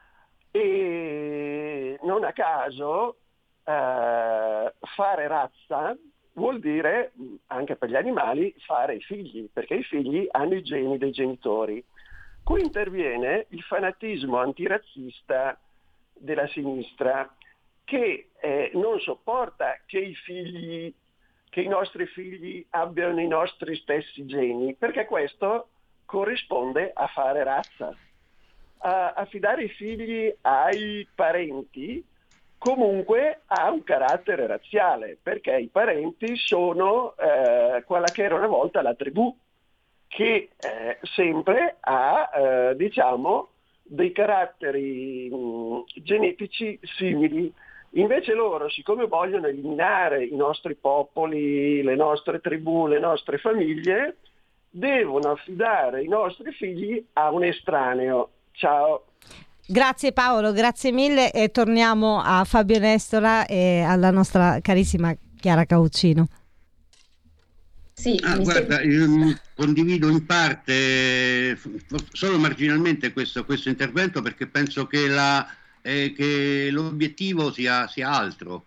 e non a caso fare razza vuol dire, anche per gli animali, fare i figli, perché i figli hanno i geni dei genitori. Qui interviene il fanatismo antirazzista della sinistra, che non sopporta che i nostri figli abbiano i nostri stessi geni, perché questo corrisponde a fare razza. Affidare i figli ai parenti comunque ha un carattere razziale, perché i parenti sono quella che era una volta la tribù, che sempre ha dei caratteri genetici simili. Invece loro, siccome vogliono eliminare i nostri popoli, le nostre tribù, le nostre famiglie, devono affidare i nostri figli a un estraneo. Ciao. Grazie Paolo, grazie mille, e torniamo a Fabio Nestora e alla nostra carissima Chiara Cauccino. Sì, guarda, condivido in parte, solo marginalmente questo intervento, perché penso che l'obiettivo sia altro,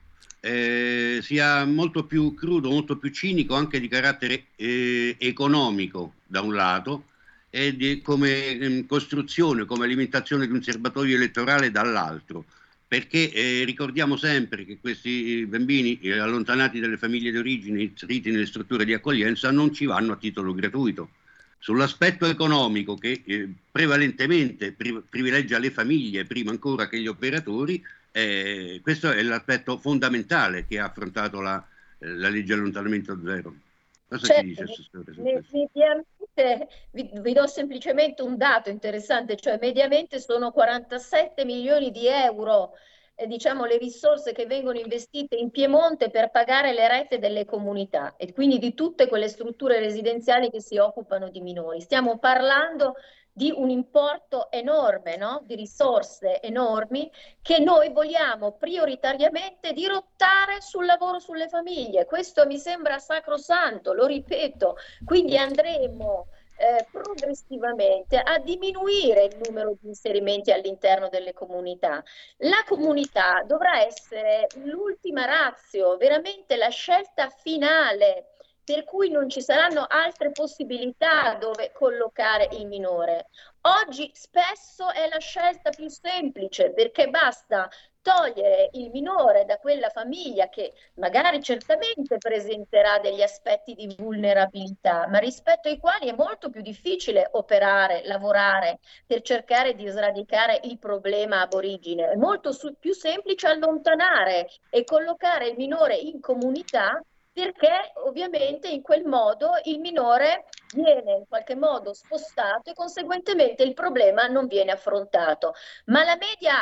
sia molto più crudo, molto più cinico, anche di carattere economico da un lato, e come costruzione, come alimentazione di un serbatoio elettorale dall'altro, perché ricordiamo sempre che questi bambini allontanati dalle famiglie di origine, inseriti nelle strutture di accoglienza, non ci vanno a titolo gratuito. Sull'aspetto economico, che prevalentemente privilegia le famiglie prima ancora che gli operatori, questo è l'aspetto fondamentale che ha affrontato la legge allontanamento zero. Cosa ci dice, Assessore? Mediamente, vi do semplicemente un dato interessante, cioè mediamente sono 47 milioni di euro le risorse che vengono investite in Piemonte per pagare le rette delle comunità e quindi di tutte quelle strutture residenziali che si occupano di minori. Stiamo parlando di un importo enorme, no? Di risorse enormi che noi vogliamo prioritariamente dirottare sul lavoro sulle famiglie. Questo mi sembra sacrosanto, lo ripeto, quindi andremo progressivamente a diminuire il numero di inserimenti all'interno delle comunità. La comunità dovrà essere l'ultima ratio, veramente la scelta finale, per cui non ci saranno altre possibilità dove collocare il minore. Oggi spesso è la scelta più semplice, perché basta togliere il minore da quella famiglia che magari certamente presenterà degli aspetti di vulnerabilità, ma rispetto ai quali è molto più difficile operare, lavorare per cercare di sradicare il problema ab origine. È molto più semplice allontanare e collocare il minore in comunità, perché ovviamente in quel modo il minore viene in qualche modo spostato e conseguentemente il problema non viene affrontato. Ma la media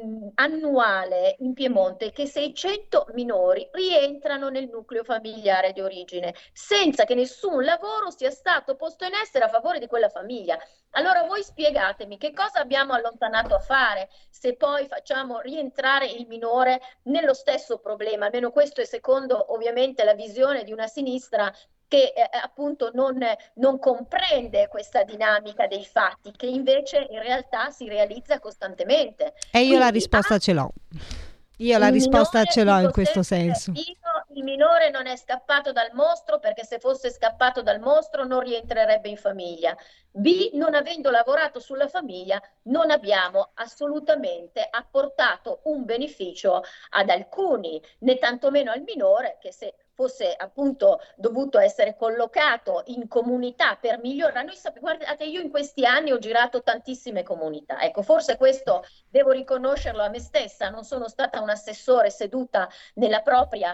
annuale in Piemonte è che 600 minori rientrano nel nucleo familiare di origine senza che nessun lavoro sia stato posto in essere a favore di quella famiglia. Allora voi spiegatemi che cosa abbiamo allontanato a fare se poi facciamo rientrare il minore nello stesso problema. Almeno questo è secondo ovviamente la visione di una sinistra che appunto non comprende questa dinamica dei fatti, che invece in realtà si realizza costantemente. E io la risposta ce l'ho. Io la risposta ce l'ho in questo senso. Il minore non è scappato dal mostro, perché se fosse scappato dal mostro non rientrerebbe in famiglia. B, non avendo lavorato sulla famiglia, non abbiamo assolutamente apportato un beneficio ad alcuni, né tantomeno al minore, che se fosse appunto dovuto essere collocato in comunità per migliorare. Guardate, io in questi anni ho girato tantissime comunità, ecco, forse questo devo riconoscerlo a me stessa, non sono stata un assessore seduta nella propria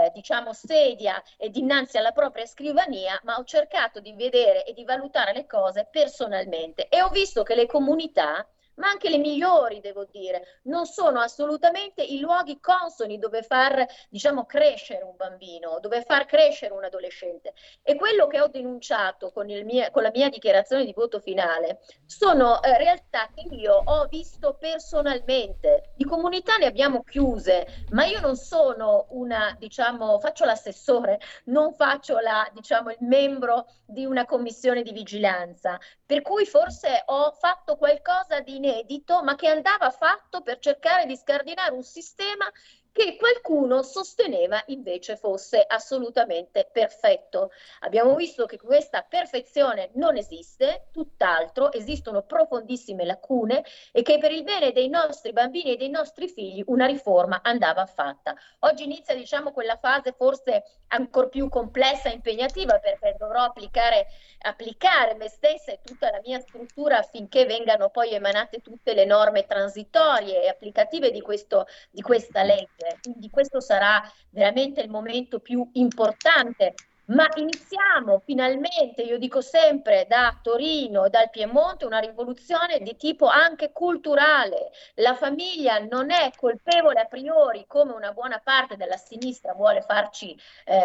sedia e dinanzi alla propria scrivania, ma ho cercato di vedere e di valutare le cose personalmente e ho visto che le comunità, ma anche le migliori, devo dire, non sono assolutamente i luoghi consoni dove far, crescere un bambino, dove far crescere un adolescente. E quello che ho denunciato con la mia dichiarazione di voto finale sono realtà che io ho visto personalmente. Di comunità ne abbiamo chiuse, ma io non sono faccio l'assessore, non faccio il membro di una commissione di vigilanza, per cui forse ho fatto qualcosa di inedito, ma che andava fatto per cercare di scardinare un sistema che qualcuno sosteneva invece fosse assolutamente perfetto. Abbiamo visto che questa perfezione non esiste, tutt'altro, esistono profondissime lacune e che per il bene dei nostri bambini e dei nostri figli una riforma andava fatta. Oggi inizia quella fase forse ancor più complessa e impegnativa, perché dovrò applicare me stessa e tutta la mia struttura affinché vengano poi emanate tutte le norme transitorie e applicative di questa legge. Quindi questo sarà veramente il momento più importante. Ma iniziamo finalmente, io dico sempre, da Torino, dal Piemonte, una rivoluzione di tipo anche culturale. La famiglia non è colpevole a priori, come una buona parte della sinistra vuole farci,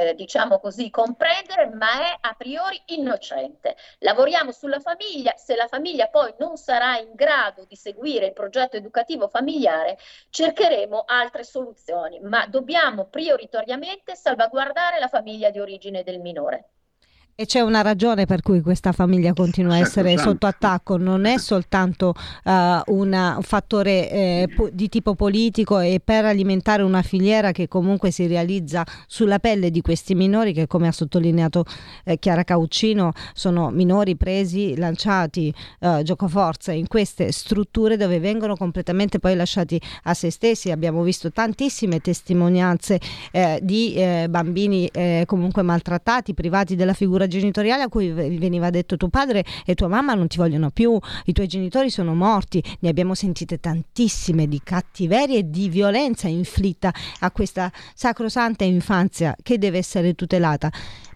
comprendere, ma è a priori innocente. Lavoriamo sulla famiglia, se la famiglia poi non sarà in grado di seguire il progetto educativo familiare, cercheremo altre soluzioni, ma dobbiamo prioritariamente salvaguardare la famiglia di origine del minore. E c'è una ragione per cui questa famiglia continua a essere sotto attacco, non è soltanto un fattore di tipo politico e per alimentare una filiera che comunque si realizza sulla pelle di questi minori che, come ha sottolineato Chiara Cauccino, sono minori presi, lanciati giocoforza in queste strutture dove vengono completamente poi lasciati a se stessi. Abbiamo visto tantissime testimonianze di bambini comunque maltrattati, privati della figura genitoriale, a cui veniva detto: tuo padre e tua mamma non ti vogliono più, i tuoi genitori sono morti. Ne abbiamo sentite tantissime di cattiveria e di violenza inflitta a questa sacrosanta infanzia che deve essere tutelata.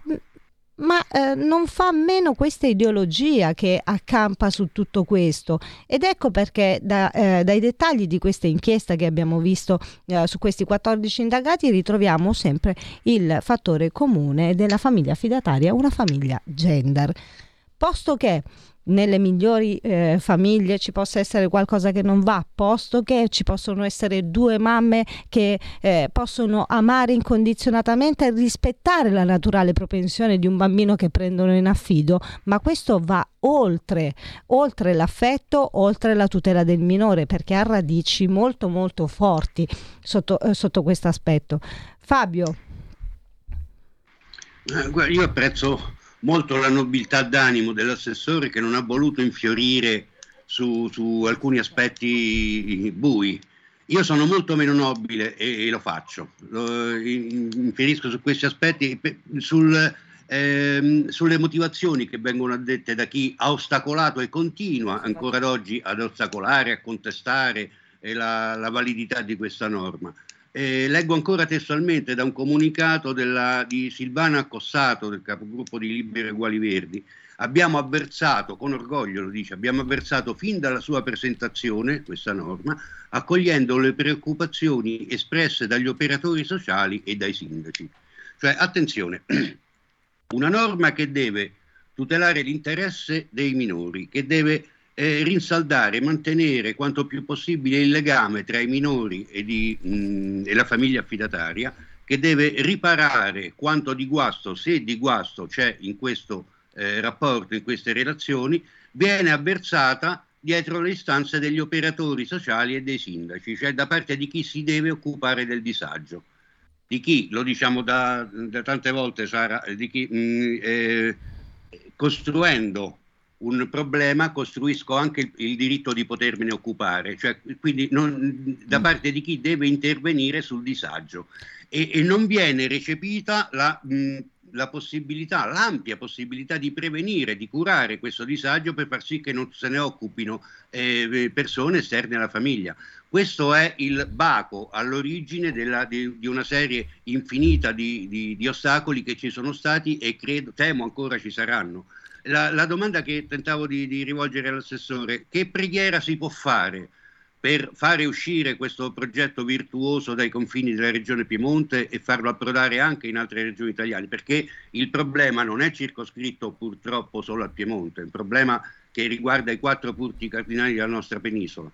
Ma non fa meno questa ideologia che accampa su tutto questo, ed ecco perché dai dettagli di questa inchiesta che abbiamo visto su questi 14 indagati ritroviamo sempre il fattore comune della famiglia affidataria, una famiglia gender, posto che nelle migliori famiglie ci possa essere qualcosa che non va, posto che ci possono essere due mamme che possono amare incondizionatamente e rispettare la naturale propensione di un bambino che prendono in affido, ma questo va oltre l'affetto, oltre la tutela del minore, perché ha radici molto molto forti sotto questo aspetto. Fabio? Io apprezzo molto la nobiltà d'animo dell'assessore, che non ha voluto infiorire su alcuni aspetti bui. Io sono molto meno nobile e lo faccio, inferisco su questi aspetti, sulle motivazioni che vengono addette da chi ha ostacolato e continua ancora ad oggi ad ostacolare, a contestare la validità di questa norma. Leggo ancora testualmente da un comunicato di Silvana Accossato, del capogruppo di Liberi e Uguali Verdi. Abbiamo avversato, con orgoglio lo dice, abbiamo avversato fin dalla sua presentazione questa norma, accogliendo le preoccupazioni espresse dagli operatori sociali e dai sindaci. Cioè, attenzione, una norma che deve tutelare l'interesse dei minori, che deve rinsaldare, mantenere quanto più possibile il legame tra i minori e la famiglia affidataria, che deve riparare quanto di guasto, se di guasto c'è in questo rapporto, in queste relazioni, viene avversata dietro le istanze degli operatori sociali e dei sindaci, cioè da parte di chi si deve occupare del disagio, di chi, lo diciamo da tante volte Sara, di chi costruendo un problema costruisco anche il diritto di potermene occupare, cioè quindi da parte di chi deve intervenire sul disagio e non viene recepita la possibilità, l'ampia possibilità di prevenire, di curare questo disagio per far sì che non se ne occupino persone esterne alla famiglia. Questo è il baco all'origine di una serie infinita di ostacoli che ci sono stati e temo ancora ci saranno. La domanda che tentavo di rivolgere all'assessore: che preghiera si può fare per fare uscire questo progetto virtuoso dai confini della regione Piemonte e farlo approdare anche in altre regioni italiane? Perché il problema non è circoscritto purtroppo solo al Piemonte, è un problema che riguarda i 4 punti cardinali della nostra penisola.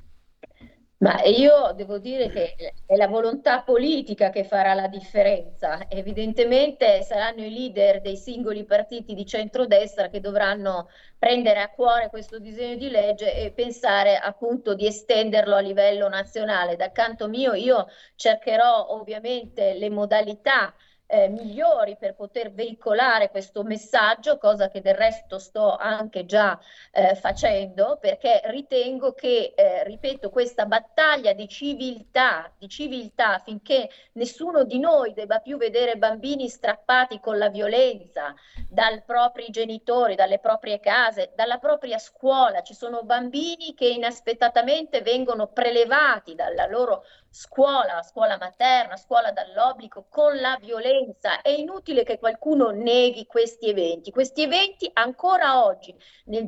Ma io devo dire che è la volontà politica che farà la differenza. Evidentemente saranno i leader dei singoli partiti di centrodestra che dovranno prendere a cuore questo disegno di legge e pensare appunto di estenderlo a livello nazionale. Dal canto mio io cercherò ovviamente le modalità migliori per poter veicolare questo messaggio, cosa che del resto sto anche già facendo, perché ritengo che, ripeto, questa battaglia di civiltà affinché nessuno di noi debba più vedere bambini strappati con la violenza dai propri genitori, dalle proprie case, dalla propria scuola. Ci sono bambini che inaspettatamente vengono prelevati dalla loro scuola materna, scuola dall'obbligo, con la violenza. È inutile che qualcuno neghi questi eventi. Questi eventi ancora oggi, nel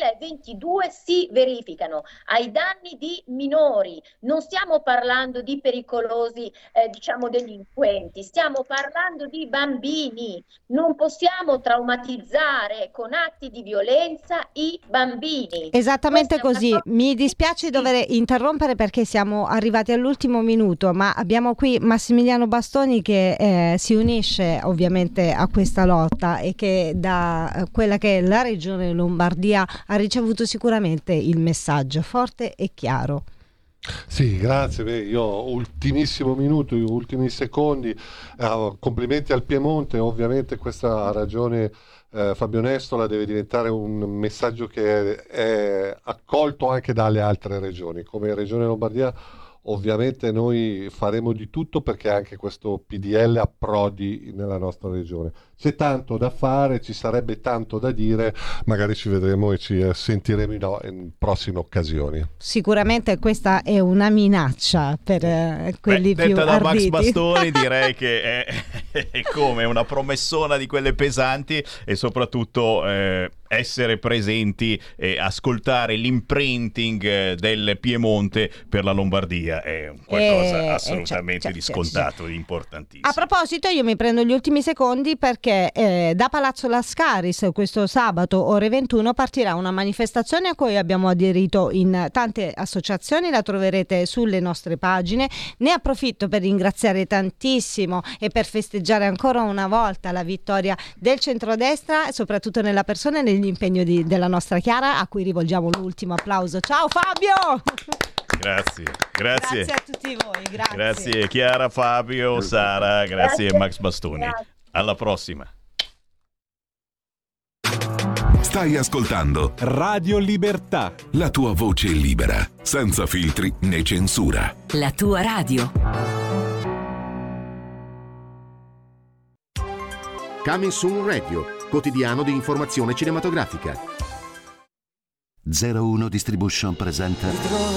2022, si verificano ai danni di minori. Non stiamo parlando di pericolosi, delinquenti, stiamo parlando di bambini. Non possiamo traumatizzare con atti di violenza i bambini. Esattamente così. Mi dispiace dover interrompere perché siamo arrivati all'ultimo minuto, ma abbiamo qui Massimiliano Bastoni che si unisce ovviamente a questa lotta e che da quella che è la regione Lombardia ha ricevuto sicuramente il messaggio forte e chiaro. Sì, grazie. Io ultimissimo minuto, ultimi secondi, complimenti al Piemonte. Ovviamente questa ragione Fabio Nestola deve diventare un messaggio che è accolto anche dalle altre regioni. Come regione Lombardia ovviamente noi faremo di tutto perché anche questo PDL approdi nella nostra regione. C'è tanto da fare, ci sarebbe tanto da dire, magari ci vedremo e ci sentiremo in prossime occasioni. Sicuramente questa è una minaccia per quelli più detta da arditi. Max Bastoni direi che è come una promessona di quelle pesanti e soprattutto essere presenti e ascoltare l'imprinting del Piemonte per la Lombardia è qualcosa assolutamente di scontato, di importantissimo. A proposito, io mi prendo gli ultimi secondi perché da Palazzo Lascaris questo sabato ore 21 partirà una manifestazione a cui abbiamo aderito in tante associazioni, la troverete sulle nostre pagine. Ne approfitto per ringraziare tantissimo e per festeggiare ancora una volta la vittoria del centrodestra, soprattutto nella persona e nell'impegno della nostra Chiara, a cui rivolgiamo l'ultimo applauso. Ciao Fabio! Grazie a tutti voi, grazie Chiara, Fabio, Sara, grazie Max Bastoni. Alla prossima. Stai ascoltando Radio Libertà. La tua voce libera, senza filtri né censura. La tua radio. Coming Soon Radio, quotidiano di informazione cinematografica. 01 Distribution presenta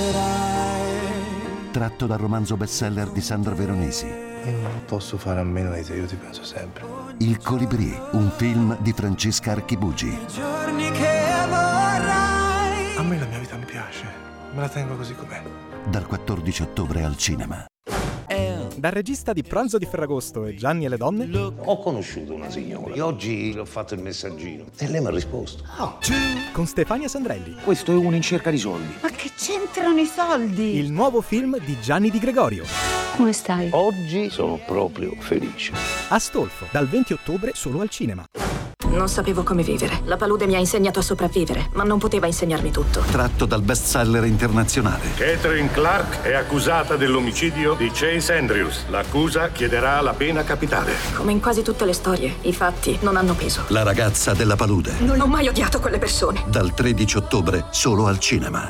tratto dal romanzo bestseller di Sandra Veronesi. Non posso fare a meno di te, io ti penso sempre. Il Colibrì, un film di Francesca Archibugi. A me la mia vita mi piace, me la tengo così com'è. Dal 14 ottobre al cinema. Dal regista di Pranzo di Ferragosto e Gianni e le donne. Ho conosciuto una signora e oggi le ho fatto il messaggino e lei mi ha risposto. Con Stefania Sandrelli. Questo è uno in cerca di soldi. Ma che c'entrano i soldi? Il nuovo film di Gianni Di Gregorio. Come stai? Oggi sono proprio felice. Astolfo, dal 20 ottobre solo al cinema. Non sapevo come vivere. La palude mi ha insegnato a sopravvivere, ma non poteva insegnarmi tutto. Tratto dal bestseller internazionale. Catherine Clark è accusata dell'omicidio di Chase Andrews. L'accusa chiederà la pena capitale. Come in quasi tutte le storie, i fatti non hanno peso. La ragazza della palude. Non ho mai odiato quelle persone. Dal 13 ottobre solo al cinema.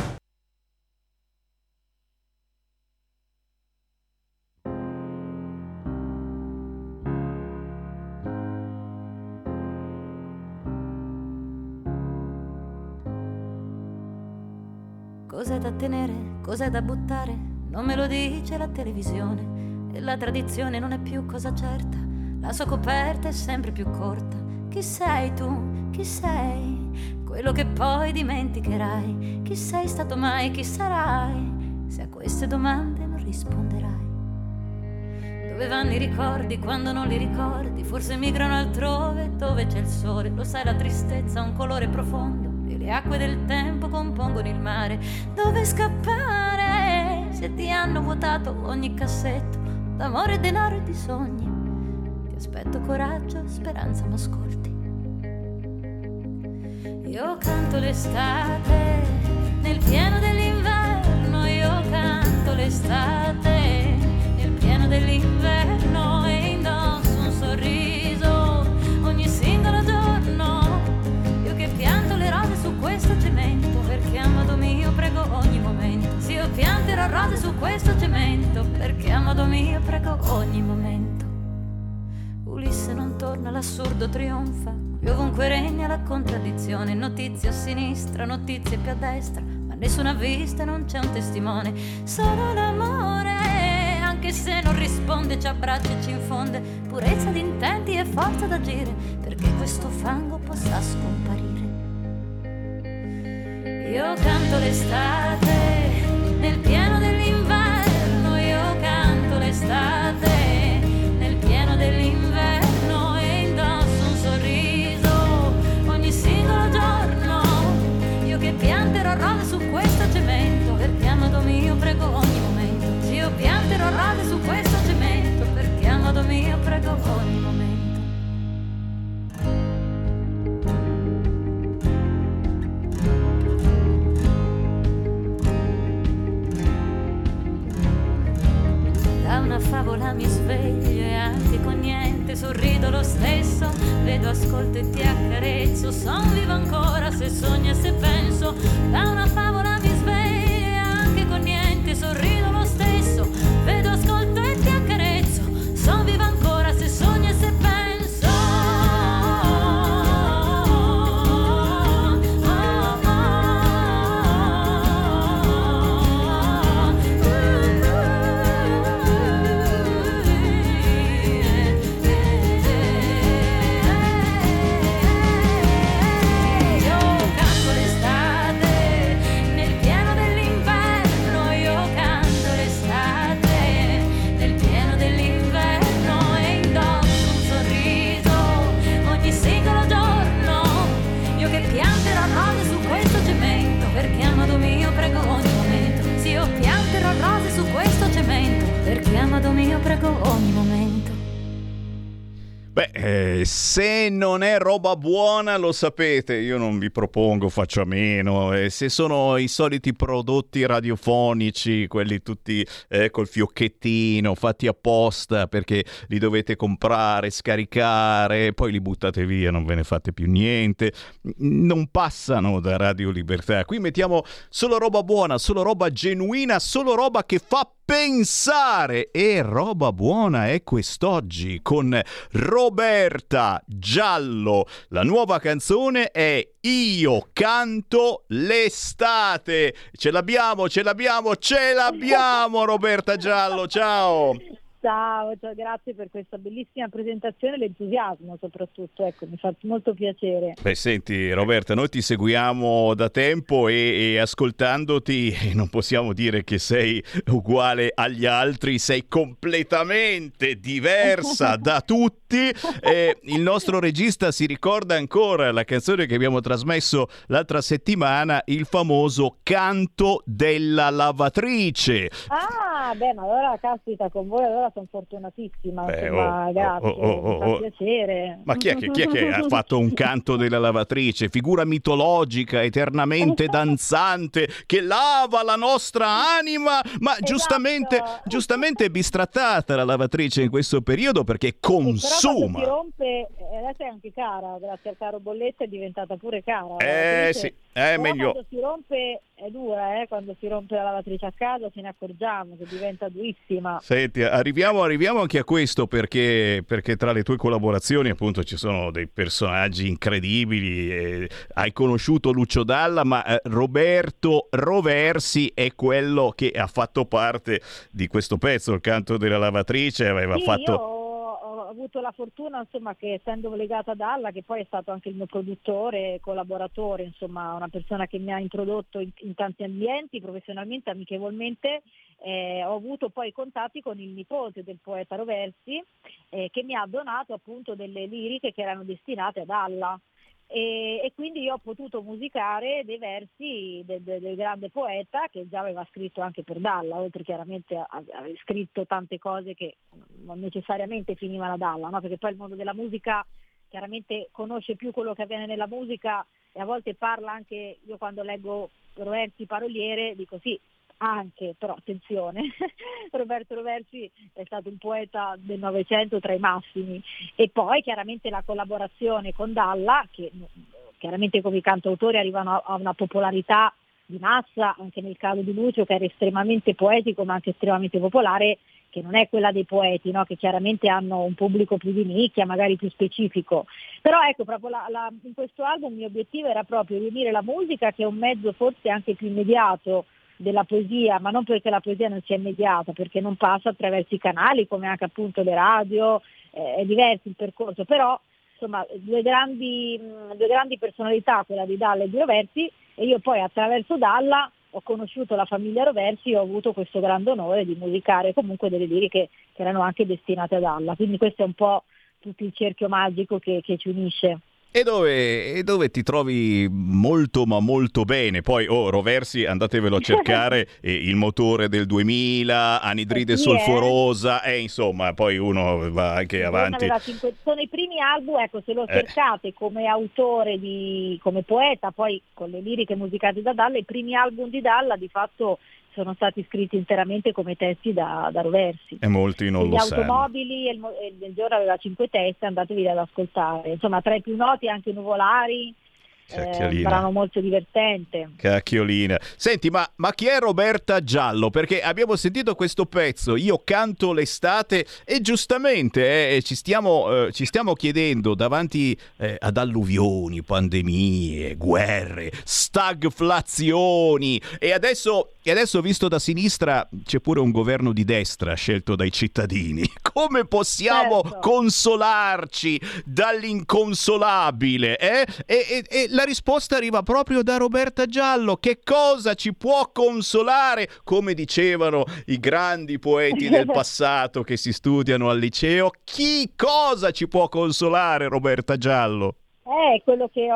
Cos'è da tenere, cos'è da buttare, non me lo dice la televisione. E la tradizione non è più cosa certa, la sua coperta è sempre più corta. Chi sei tu? Chi sei? Quello che poi dimenticherai. Chi sei stato mai? Chi sarai? Se a queste domande non risponderai. Dove vanno i ricordi quando non li ricordi? Forse migrano altrove dove c'è il sole. Lo sai, la tristezza ha un colore profondo. Le acque del tempo compongono il mare. Dove scappare se ti hanno vuotato ogni cassetto d'amore, denaro e di sogni? Ti aspetto coraggio, speranza, ma ascolti. Io canto l'estate nel pieno dell'inverno. Io canto l'estate nel pieno dell'inverno e indosso un sorriso ogni singolo giorno. Io che pianto le rose su questo cemento, perché amato mio prego ogni momento. Sì, io pianterò rose su questo cemento, perché amato mio prego ogni momento. Ulisse non torna, l'assurdo trionfa, qui ovunque regna la contraddizione. Notizie a sinistra, notizie più a destra, ma nessuna vista, non c'è un testimone. Solo l'amore, anche se non risponde, ci abbraccia e ci infonde purezza di intenti e forza d'agire, perché questo fango possa scomparire. Io canto l'estate nel pieno dell'inverno. Io canto l'estate nel pieno dell'inverno e indosso un sorriso ogni singolo giorno. Io che pianterò rose su questo cemento, perché amato mio prego ogni momento. Sì, io pianterò rose su questo cemento, perché amato mio prego ogni momento. Da una favola mi sveglio e anche con niente sorrido lo stesso. Vedo, ascolto e ti accarezzo. Son vivo ancora se sogno e se penso. Da una favola mi sveglio e anche con niente sorrido lo stesso. Vedo, ascolto e ti accarezzo. Son vivo ancora se sogno e se penso. Rose su questo cemento, perché amato mio prego ogni momento. Se non è roba buona, lo sapete, io non vi propongo, faccio a meno. Se sono i soliti prodotti radiofonici, quelli tutti col fiocchettino, fatti apposta perché li dovete comprare, scaricare, poi li buttate via, non ve ne fate più niente, non passano da Radio Libertà. Qui mettiamo solo roba buona, solo roba genuina, solo roba che fa pensare, e roba buona è quest'oggi con Roberta Giallo. La nuova canzone è Io canto l'estate. Ce l'abbiamo Roberta Giallo, ciao. Ciao, grazie per questa bellissima presentazione e l'entusiasmo soprattutto, ecco, mi fa molto piacere. Senti Roberta, noi ti seguiamo da tempo e ascoltandoti non possiamo dire che sei uguale agli altri, sei completamente diversa da tutti. Il nostro regista si ricorda ancora la canzone che abbiamo trasmesso l'altra settimana, il famoso Canto della lavatrice. Ah, ma allora caspita, con voi allora sono fortunatissima, insomma, grazie, mi fa piacere. Ma chi è che ha fatto un Canto della lavatrice? Figura mitologica, eternamente danzante, che lava la nostra anima, ma giustamente è bistrattata la lavatrice in questo periodo perché consuma. Però quando si rompe, adesso è anche cara, grazie al caro bolletta è diventata pure cara. Sì, è meglio. Quando si rompe è dura, quando si rompe la lavatrice a casa ce ne accorgiamo che diventa durissima. Senti, arriviamo anche a questo perché tra le tue collaborazioni appunto ci sono dei personaggi incredibili. Hai conosciuto Lucio Dalla, ma Roberto Roversi è quello che ha fatto parte di questo pezzo, il Canto della lavatrice. Aveva fatto... Io ho avuto la fortuna, insomma, che essendo legata a Dalla, che poi è stato anche il mio produttore, collaboratore, insomma, una persona che mi ha introdotto in tanti ambienti, professionalmente, amichevolmente, ho avuto poi contatti con il nipote del poeta Roversi, che mi ha donato appunto delle liriche che erano destinate a Dalla. E quindi io ho potuto musicare dei versi del grande poeta che già aveva scritto anche per Dalla, oltre chiaramente a aver scritto tante cose che non necessariamente finivano a Dalla, no? Perché poi il mondo della musica chiaramente conosce più quello che avviene nella musica e a volte parla anche, io quando leggo Roversi paroliere dico sì, anche, però attenzione, Roberto Roversi è stato un poeta del Novecento tra i massimi, e poi chiaramente la collaborazione con Dalla, che chiaramente come i cantautori arrivano a una popolarità di massa, anche nel caso di Lucio che era estremamente poetico ma anche estremamente popolare, che non è quella dei poeti, no? Che chiaramente hanno un pubblico più di nicchia, magari più specifico. Però ecco, proprio in questo album il mio obiettivo era proprio riunire la musica, che è un mezzo forse anche più immediato della poesia, ma non perché la poesia non sia immediata, perché non passa attraverso i canali come anche appunto le radio, è diverso il percorso, però insomma due grandi personalità, quella di Dalla e di Roversi, e io poi attraverso Dalla ho conosciuto la famiglia Roversi e ho avuto questo grande onore di musicare comunque delle liriche che erano anche destinate a Dalla, quindi questo è un po' tutto il cerchio magico che ci unisce. E dove ti trovi molto ma molto bene. Poi Roversi, andatevelo a cercare, il motore del 2000, anidride solforosa, insomma poi uno va anche avanti. Sono i primi album, ecco, se lo cercate come autore, come poeta, poi con le liriche musicate da Dalla, i primi album di Dalla di fatto sono stati scritti interamente come testi da Roversi. E molti non lo sanno. Gli automobili e il giorno aveva 5 testi, andatevi ad ascoltare. Insomma, tra i più noti anche Nuvolari, un brano molto divertente. Cacchiolina. Senti, ma chi è Roberta Giallo? Perché abbiamo sentito questo pezzo, Io canto l'estate, e giustamente ci stiamo chiedendo davanti ad alluvioni, pandemie, guerre, stagflazioni, e adesso visto da sinistra c'è pure un governo di destra scelto dai cittadini. Come possiamo consolarci dall'inconsolabile? E la risposta arriva proprio da Roberta Giallo. Che cosa ci può consolare? Come dicevano i grandi poeti del passato che si studiano al liceo, cosa ci può consolare, Roberta Giallo? Quello che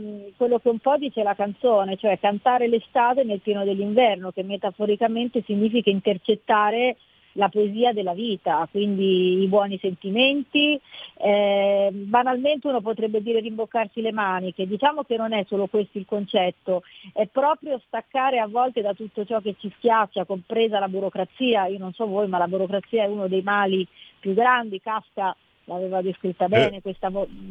un po' dice la canzone, cioè cantare l'estate nel pieno dell'inverno, che metaforicamente significa intercettare la poesia della vita, quindi i buoni sentimenti. Banalmente uno potrebbe dire rimboccarsi le maniche, diciamo che non è solo questo il concetto, è proprio staccare a volte da tutto ciò che ci schiaccia, compresa la burocrazia. Io non so voi, ma la burocrazia è uno dei mali più grandi. Kafka l'aveva descritta bene, questa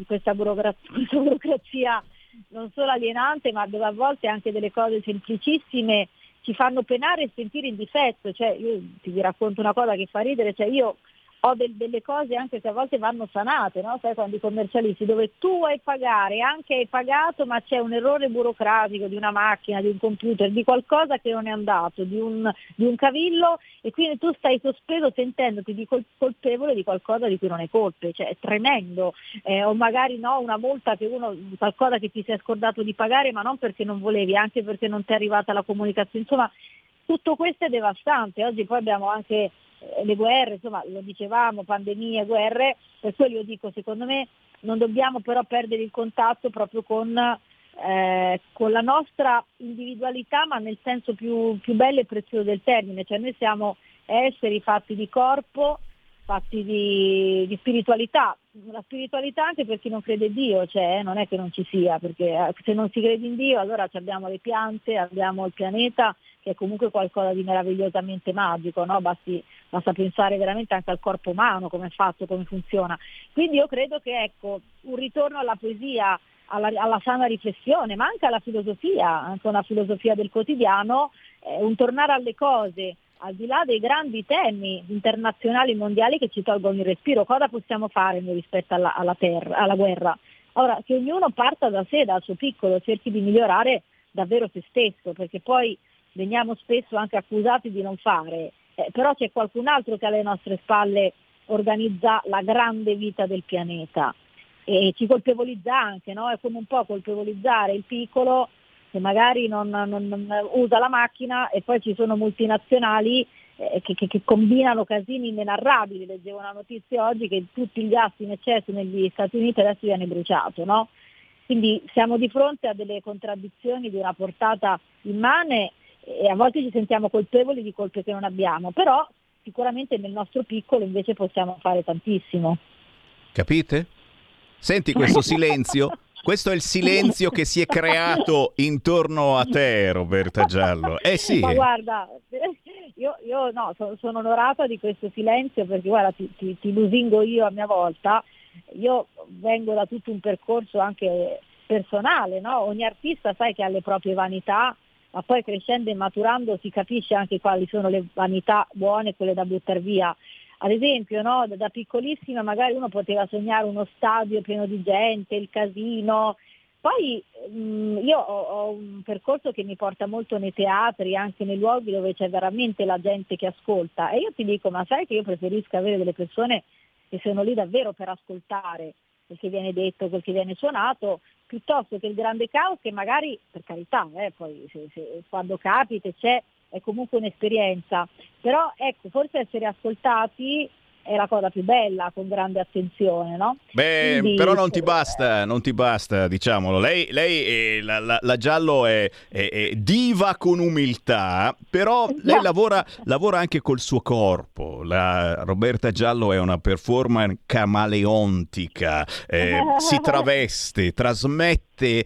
burocrazia non solo alienante, ma dove a volte anche delle cose semplicissime ci fanno penare e sentire in difetto. Cioè, io ti racconto una cosa che fa ridere, cioè io ho delle cose anche che a volte vanno sanate, no? Sai, quando i commercialisti, dove tu vuoi pagare, anche hai pagato, ma c'è un errore burocratico di una macchina, di un computer, di qualcosa che non è andato, di un cavillo, e quindi tu stai sospeso sentendoti colpevole di qualcosa di cui non hai colpe. Cioè è tremendo. O magari no, una multa qualcosa che ti sei scordato di pagare, ma non perché non volevi, anche perché non ti è arrivata la comunicazione. Insomma, tutto questo è devastante. Oggi poi abbiamo anche le guerre, insomma, lo dicevamo, pandemie, guerre. Per quello io dico, secondo me non dobbiamo però perdere il contatto proprio con la nostra individualità, ma nel senso più bello e prezioso del termine. Cioè noi siamo esseri fatti di corpo, fatti di spiritualità. La spiritualità anche per chi non crede in Dio, cioè non è che non ci sia, perché se non si crede in Dio allora abbiamo le piante, abbiamo il pianeta, che è comunque qualcosa di meravigliosamente magico, no? Basta pensare veramente anche al corpo umano, come è fatto, come funziona. Quindi io credo che, ecco, un ritorno alla poesia, alla sana riflessione, ma anche alla filosofia, anche una filosofia del quotidiano, un tornare alle cose, al di là dei grandi temi internazionali mondiali che ci tolgono il respiro. Cosa possiamo fare noi rispetto alla guerra? Ora, che ognuno parta da sé, dal suo piccolo, cerchi di migliorare davvero se stesso, perché poi veniamo spesso anche accusati di non fare, però c'è qualcun altro che alle nostre spalle organizza la grande vita del pianeta e ci colpevolizza anche, no? È come un po' colpevolizzare il piccolo che magari non usa la macchina, e poi ci sono multinazionali che combinano casini inenarrabili. Leggevo una notizia oggi che tutti gli gas in eccesso negli Stati Uniti adesso viene bruciato, no? Quindi siamo di fronte a delle contraddizioni di una portata immane, e a volte ci sentiamo colpevoli di colpe che non abbiamo, però sicuramente nel nostro piccolo invece possiamo fare tantissimo. Capite? Senti questo silenzio? Questo è il silenzio che si è creato intorno a te, Roberta Giallo. Sì. Ma guarda, io no, sono onorata di questo silenzio, perché guarda, ti lusingo io a mia volta. Io vengo da tutto un percorso anche personale, no? Ogni artista sai che ha le proprie vanità, ma poi crescendo e maturando si capisce anche quali sono le vanità buone e quelle da buttare via. Ad esempio, no, da piccolissima magari uno poteva sognare uno stadio pieno di gente, il casino. Poi io ho un percorso che mi porta molto nei teatri, anche nei luoghi dove c'è veramente la gente che ascolta, e io ti dico, ma sai che io preferisco avere delle persone che sono lì davvero per ascoltare quel che viene detto, quel che viene suonato, piuttosto che il grande caos che magari, per carità, poi se quando capita c'è, è comunque un'esperienza, però ecco, forse essere ascoltati è la cosa più bella, con grande attenzione, no? Beh, quindi, però non ti basta, diciamolo. Lei la Giallo è diva con umiltà, però lei lavora anche col suo corpo. La Roberta Giallo è una performer camaleontica, si traveste, trasmette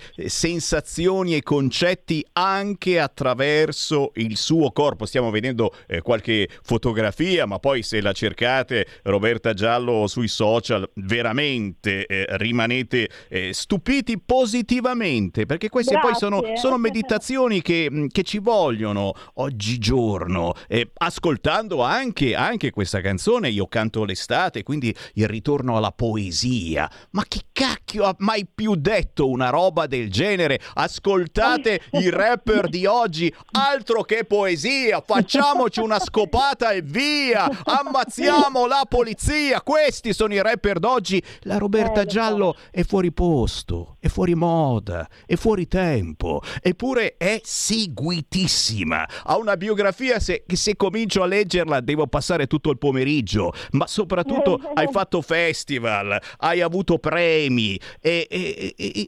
sensazioni e concetti anche attraverso il suo corpo. Stiamo vedendo qualche fotografia, ma poi se la cercate Roberta Giallo sui social veramente rimanete stupiti positivamente, perché queste poi sono meditazioni che ci vogliono oggigiorno, ascoltando anche questa canzone Io canto l'estate, quindi il ritorno alla poesia. Ma chi cacchio ha mai più detto una roba del genere? Ascoltate i rapper di oggi, altro che poesia, facciamoci una scopata e via, ammazziamo la polizia. Questi sono i rapper d'oggi. La Roberta Giallo è fuori posto, è fuori moda, è fuori tempo, eppure è seguitissima. Ha una biografia che se comincio a leggerla devo passare tutto il pomeriggio, ma soprattutto hai fatto festival, hai avuto premi e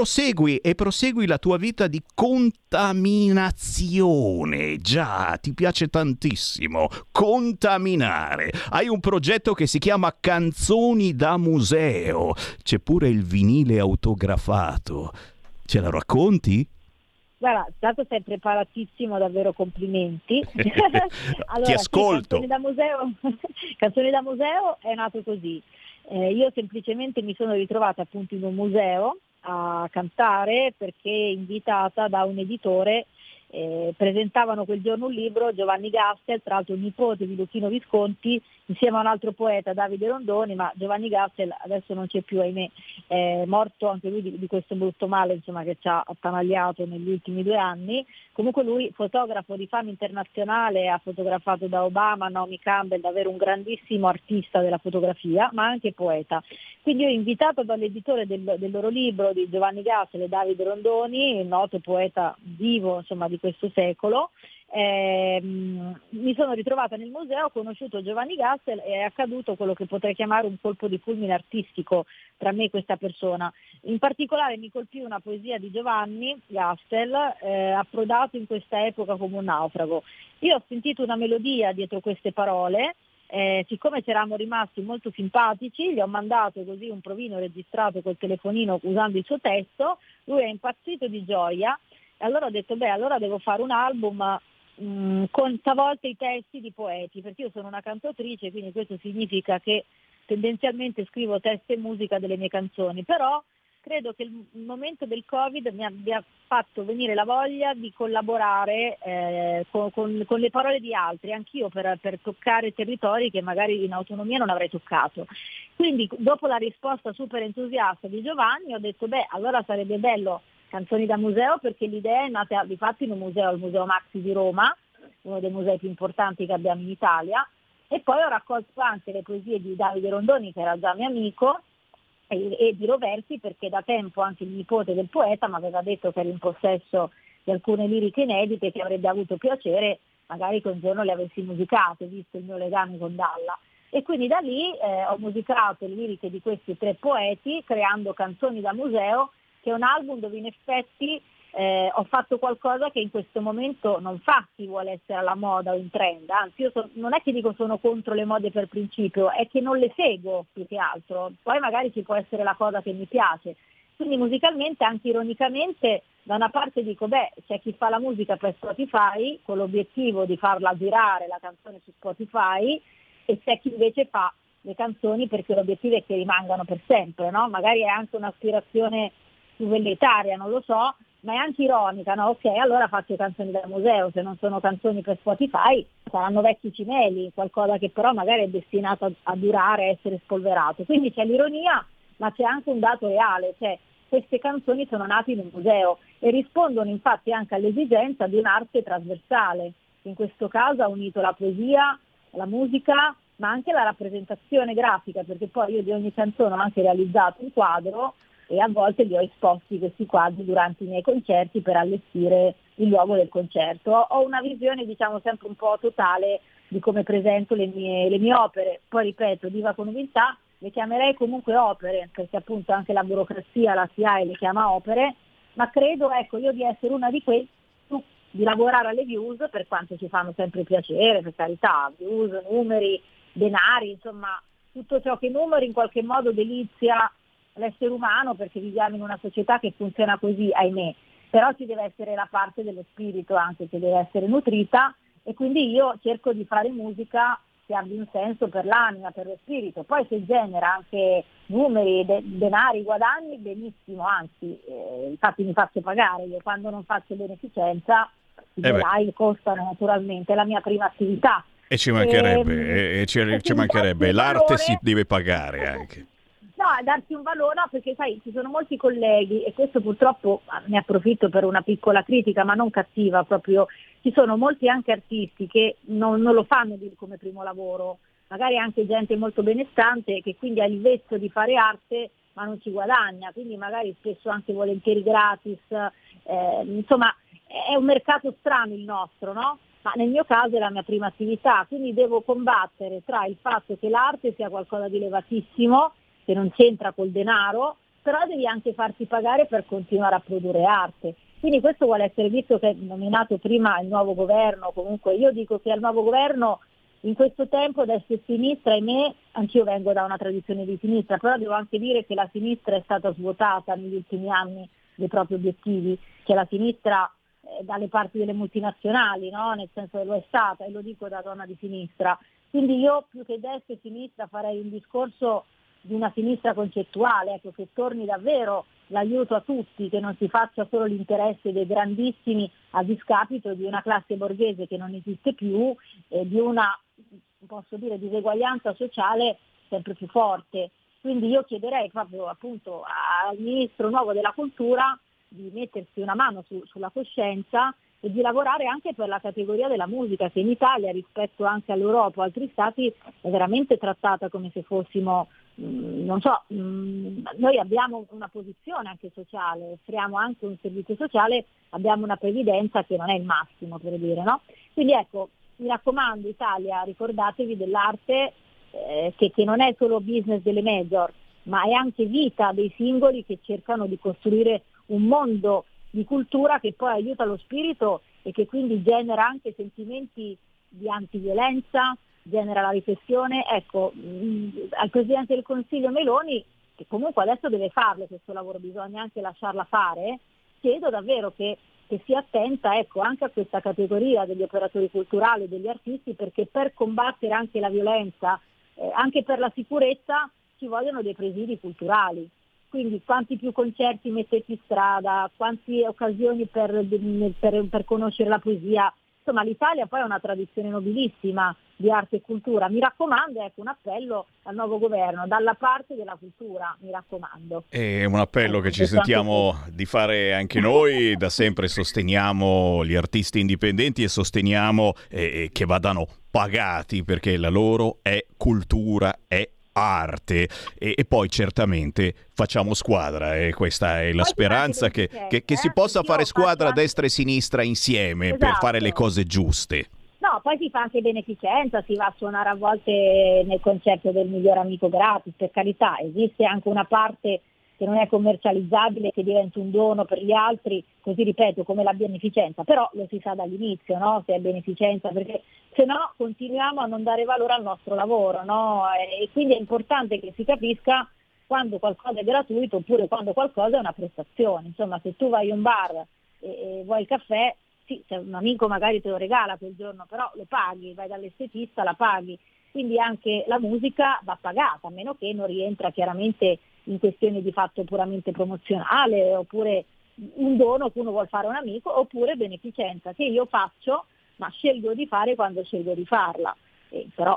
prosegui la tua vita di contaminazione. Già, ti piace tantissimo contaminare. Hai un progetto che si chiama Canzoni da Museo. C'è pure il vinile autografato. Ce la racconti? Guarda, tanto sei preparatissimo, davvero complimenti. Allora, ti ascolto. Sì, Canzoni da Museo è nato così. Io semplicemente mi sono ritrovata appunto in un museo a cantare perché invitata da un editore. Presentavano quel giorno un libro, Giovanni Gassel, tra l'altro nipote di Luchino Visconti, insieme a un altro poeta, Davide Rondoni, ma Giovanni Gassel adesso non c'è più, ahimè, è morto anche lui di questo brutto male, insomma, che ci ha attanagliato negli ultimi 2 anni. Comunque lui, fotografo di fama internazionale, ha fotografato da Obama, Naomi Campbell, davvero un grandissimo artista della fotografia, ma anche poeta. Quindi io ho invitato dall'editore del loro libro di Giovanni Gassel e Davide Rondoni, noto poeta vivo, insomma, di questo secolo. Mi sono ritrovata nel museo, ho conosciuto Giovanni Gassel e è accaduto quello che potrei chiamare un colpo di fulmine artistico tra me e questa persona. In particolare mi colpì una poesia di Giovanni Gassel, approdato in questa epoca come un naufrago. Io ho sentito una melodia dietro queste parole. Siccome ci eravamo rimasti molto simpatici, gli ho mandato così un provino registrato col telefonino usando il suo testo, lui è impazzito di gioia e allora ho detto allora devo fare un album con stavolta i testi di poeti, perché io sono una cantautrice, quindi questo significa che tendenzialmente scrivo testi e musica delle mie canzoni, però credo che il momento del Covid mi abbia fatto venire la voglia di collaborare con le parole di altri, anch'io per toccare territori che magari in autonomia non avrei toccato. Quindi dopo la risposta super entusiasta di Giovanni ho detto allora sarebbe bello Canzoni da Museo, perché l'idea è nata di fatto in un museo, il Museo Maxi di Roma, uno dei musei più importanti che abbiamo in Italia, e poi ho raccolto anche le poesie di Davide Rondoni, che era già mio amico, e di Roversi, perché da tempo anche il nipote del poeta mi aveva detto che era in possesso di alcune liriche inedite che avrebbe avuto piacere magari che un giorno le avessi musicate, visto il mio legame con Dalla. E quindi da lì ho musicato le liriche di questi 3 poeti, creando Canzoni da Museo, che è un album dove in effetti ho fatto qualcosa che in questo momento non fa chi vuole essere alla moda o in trend, anzi io non è che dico sono contro le mode per principio, è che non le seguo più che altro, poi magari ci può essere la cosa che mi piace, quindi musicalmente anche ironicamente da una parte dico c'è chi fa la musica per Spotify con l'obiettivo di farla girare la canzone su Spotify e c'è chi invece fa le canzoni perché l'obiettivo è che rimangano per sempre, no? Magari è anche un'aspirazione più velleitaria, non lo so, ma è anche ironica, no? Ok, allora faccio canzoni da museo, se non sono canzoni per Spotify saranno vecchi cimeli, qualcosa che però magari è destinato a durare, a essere spolverato. Quindi c'è l'ironia, ma c'è anche un dato reale, cioè queste canzoni sono nate in un museo e rispondono infatti anche all'esigenza di un'arte trasversale, che in questo caso ha unito la poesia, la musica, ma anche la rappresentazione grafica, perché poi io di ogni canzone ho anche realizzato un quadro e a volte li ho esposti questi quadri durante i miei concerti per allestire il luogo del concerto. Ho una visione sempre un po' totale di come presento le mie opere, poi ripeto, diva con umiltà, le chiamerei comunque opere, perché appunto anche la burocrazia, la SIAE le chiama opere, ma credo io di essere una di queste, di lavorare alle views, per quanto ci fanno sempre piacere, per carità, views, numeri, denari, insomma tutto ciò che numeri in qualche modo delizia l'essere umano, perché viviamo in una società che funziona così, ahimè, però ci deve essere la parte dello spirito anche che deve essere nutrita e quindi io cerco di fare musica che abbia un senso per l'anima, per lo spirito, poi se genera anche numeri, denari, guadagni, benissimo, anzi infatti mi faccio pagare, io quando non faccio beneficenza i denari costano naturalmente, è la mia prima attività. E ci mancherebbe, ci mancherebbe, l'arte si deve pagare anche. No, darsi un valore, no, perché sai, ci sono molti colleghi, e questo purtroppo ne approfitto per una piccola critica, ma non cattiva, proprio ci sono molti anche artisti che non lo fanno come primo lavoro, magari anche gente molto benestante che quindi ha il vezzo di fare arte ma non ci guadagna, quindi magari spesso anche volentieri gratis, insomma è un mercato strano il nostro, no? Ma nel mio caso è la mia prima attività, quindi devo combattere tra il fatto che l'arte sia qualcosa di elevatissimo, che non c'entra col denaro, però devi anche farti pagare per continuare a produrre arte. Quindi questo vuole essere visto, che è nominato prima il nuovo governo. Comunque io dico che al nuovo governo in questo tempo destra e sinistra, ahimè, anch'io vengo da una tradizione di sinistra, però devo anche dire che la sinistra è stata svuotata negli ultimi anni dei propri obiettivi, che la sinistra dalle parti delle multinazionali, no? Nel senso che lo è stata, e lo dico da donna di sinistra. Quindi io più che destra e sinistra farei un discorso di una sinistra concettuale, ecco, che torni davvero l'aiuto a tutti, che non si faccia solo l'interesse dei grandissimi a discapito di una classe borghese che non esiste più e di una, posso dire, diseguaglianza sociale sempre più forte. Quindi io chiederei proprio appunto al ministro nuovo della cultura di mettersi una mano sulla coscienza e di lavorare anche per la categoria della musica, che in Italia rispetto anche all'Europa o altri stati è veramente trattata come se fossimo, noi abbiamo una posizione anche sociale, offriamo anche un servizio sociale, abbiamo una previdenza che non è il massimo, per dire, no? Quindi ecco, mi raccomando Italia, ricordatevi dell'arte che non è solo business delle major, ma è anche vita dei singoli che cercano di costruire un mondo di cultura che poi aiuta lo spirito e che quindi genera anche sentimenti di antiviolenza, genera la riflessione. Ecco, al Presidente del Consiglio Meloni, che comunque adesso deve farlo questo lavoro, bisogna anche lasciarla fare, chiedo davvero che sia attenta, ecco, anche a questa categoria degli operatori culturali, degli artisti, perché per combattere anche la violenza, anche per la sicurezza, ci vogliono dei presidi culturali. Quindi quanti più concerti mettete in strada, quante occasioni per conoscere la poesia. Insomma, l'Italia poi ha una tradizione nobilissima di arte e cultura. Mi raccomando, ecco, un appello al nuovo governo, dalla parte della cultura, mi raccomando. È un appello che ci sentiamo di fare anche noi. Da sempre sosteniamo gli artisti indipendenti e sosteniamo che vadano pagati, perché la loro è cultura, è arte, e poi certamente facciamo squadra, e questa è la speranza che si possa fare squadra a destra e sinistra insieme, per fare le cose giuste. No, poi si fa anche beneficenza, si va a suonare a volte nel concerto del miglior amico gratis, per carità, esiste anche una parte che non è commercializzabile, che diventa un dono per gli altri, così ripeto, come la beneficenza, però lo si sa dall'inizio, no? Se è beneficenza, perché se no continuiamo a non dare valore al nostro lavoro, no? E quindi è importante che si capisca quando qualcosa è gratuito oppure quando qualcosa è una prestazione. Insomma, se tu vai a un bar e vuoi il caffè, sì, se un amico magari te lo regala quel giorno, però lo paghi, vai dall'estetista, la paghi. Quindi anche la musica va pagata, a meno che non rientra chiaramente in questioni di fatto puramente promozionale, oppure un dono che uno vuol fare a un amico, oppure beneficenza che io faccio, ma scelgo di fare quando scelgo di farla. Però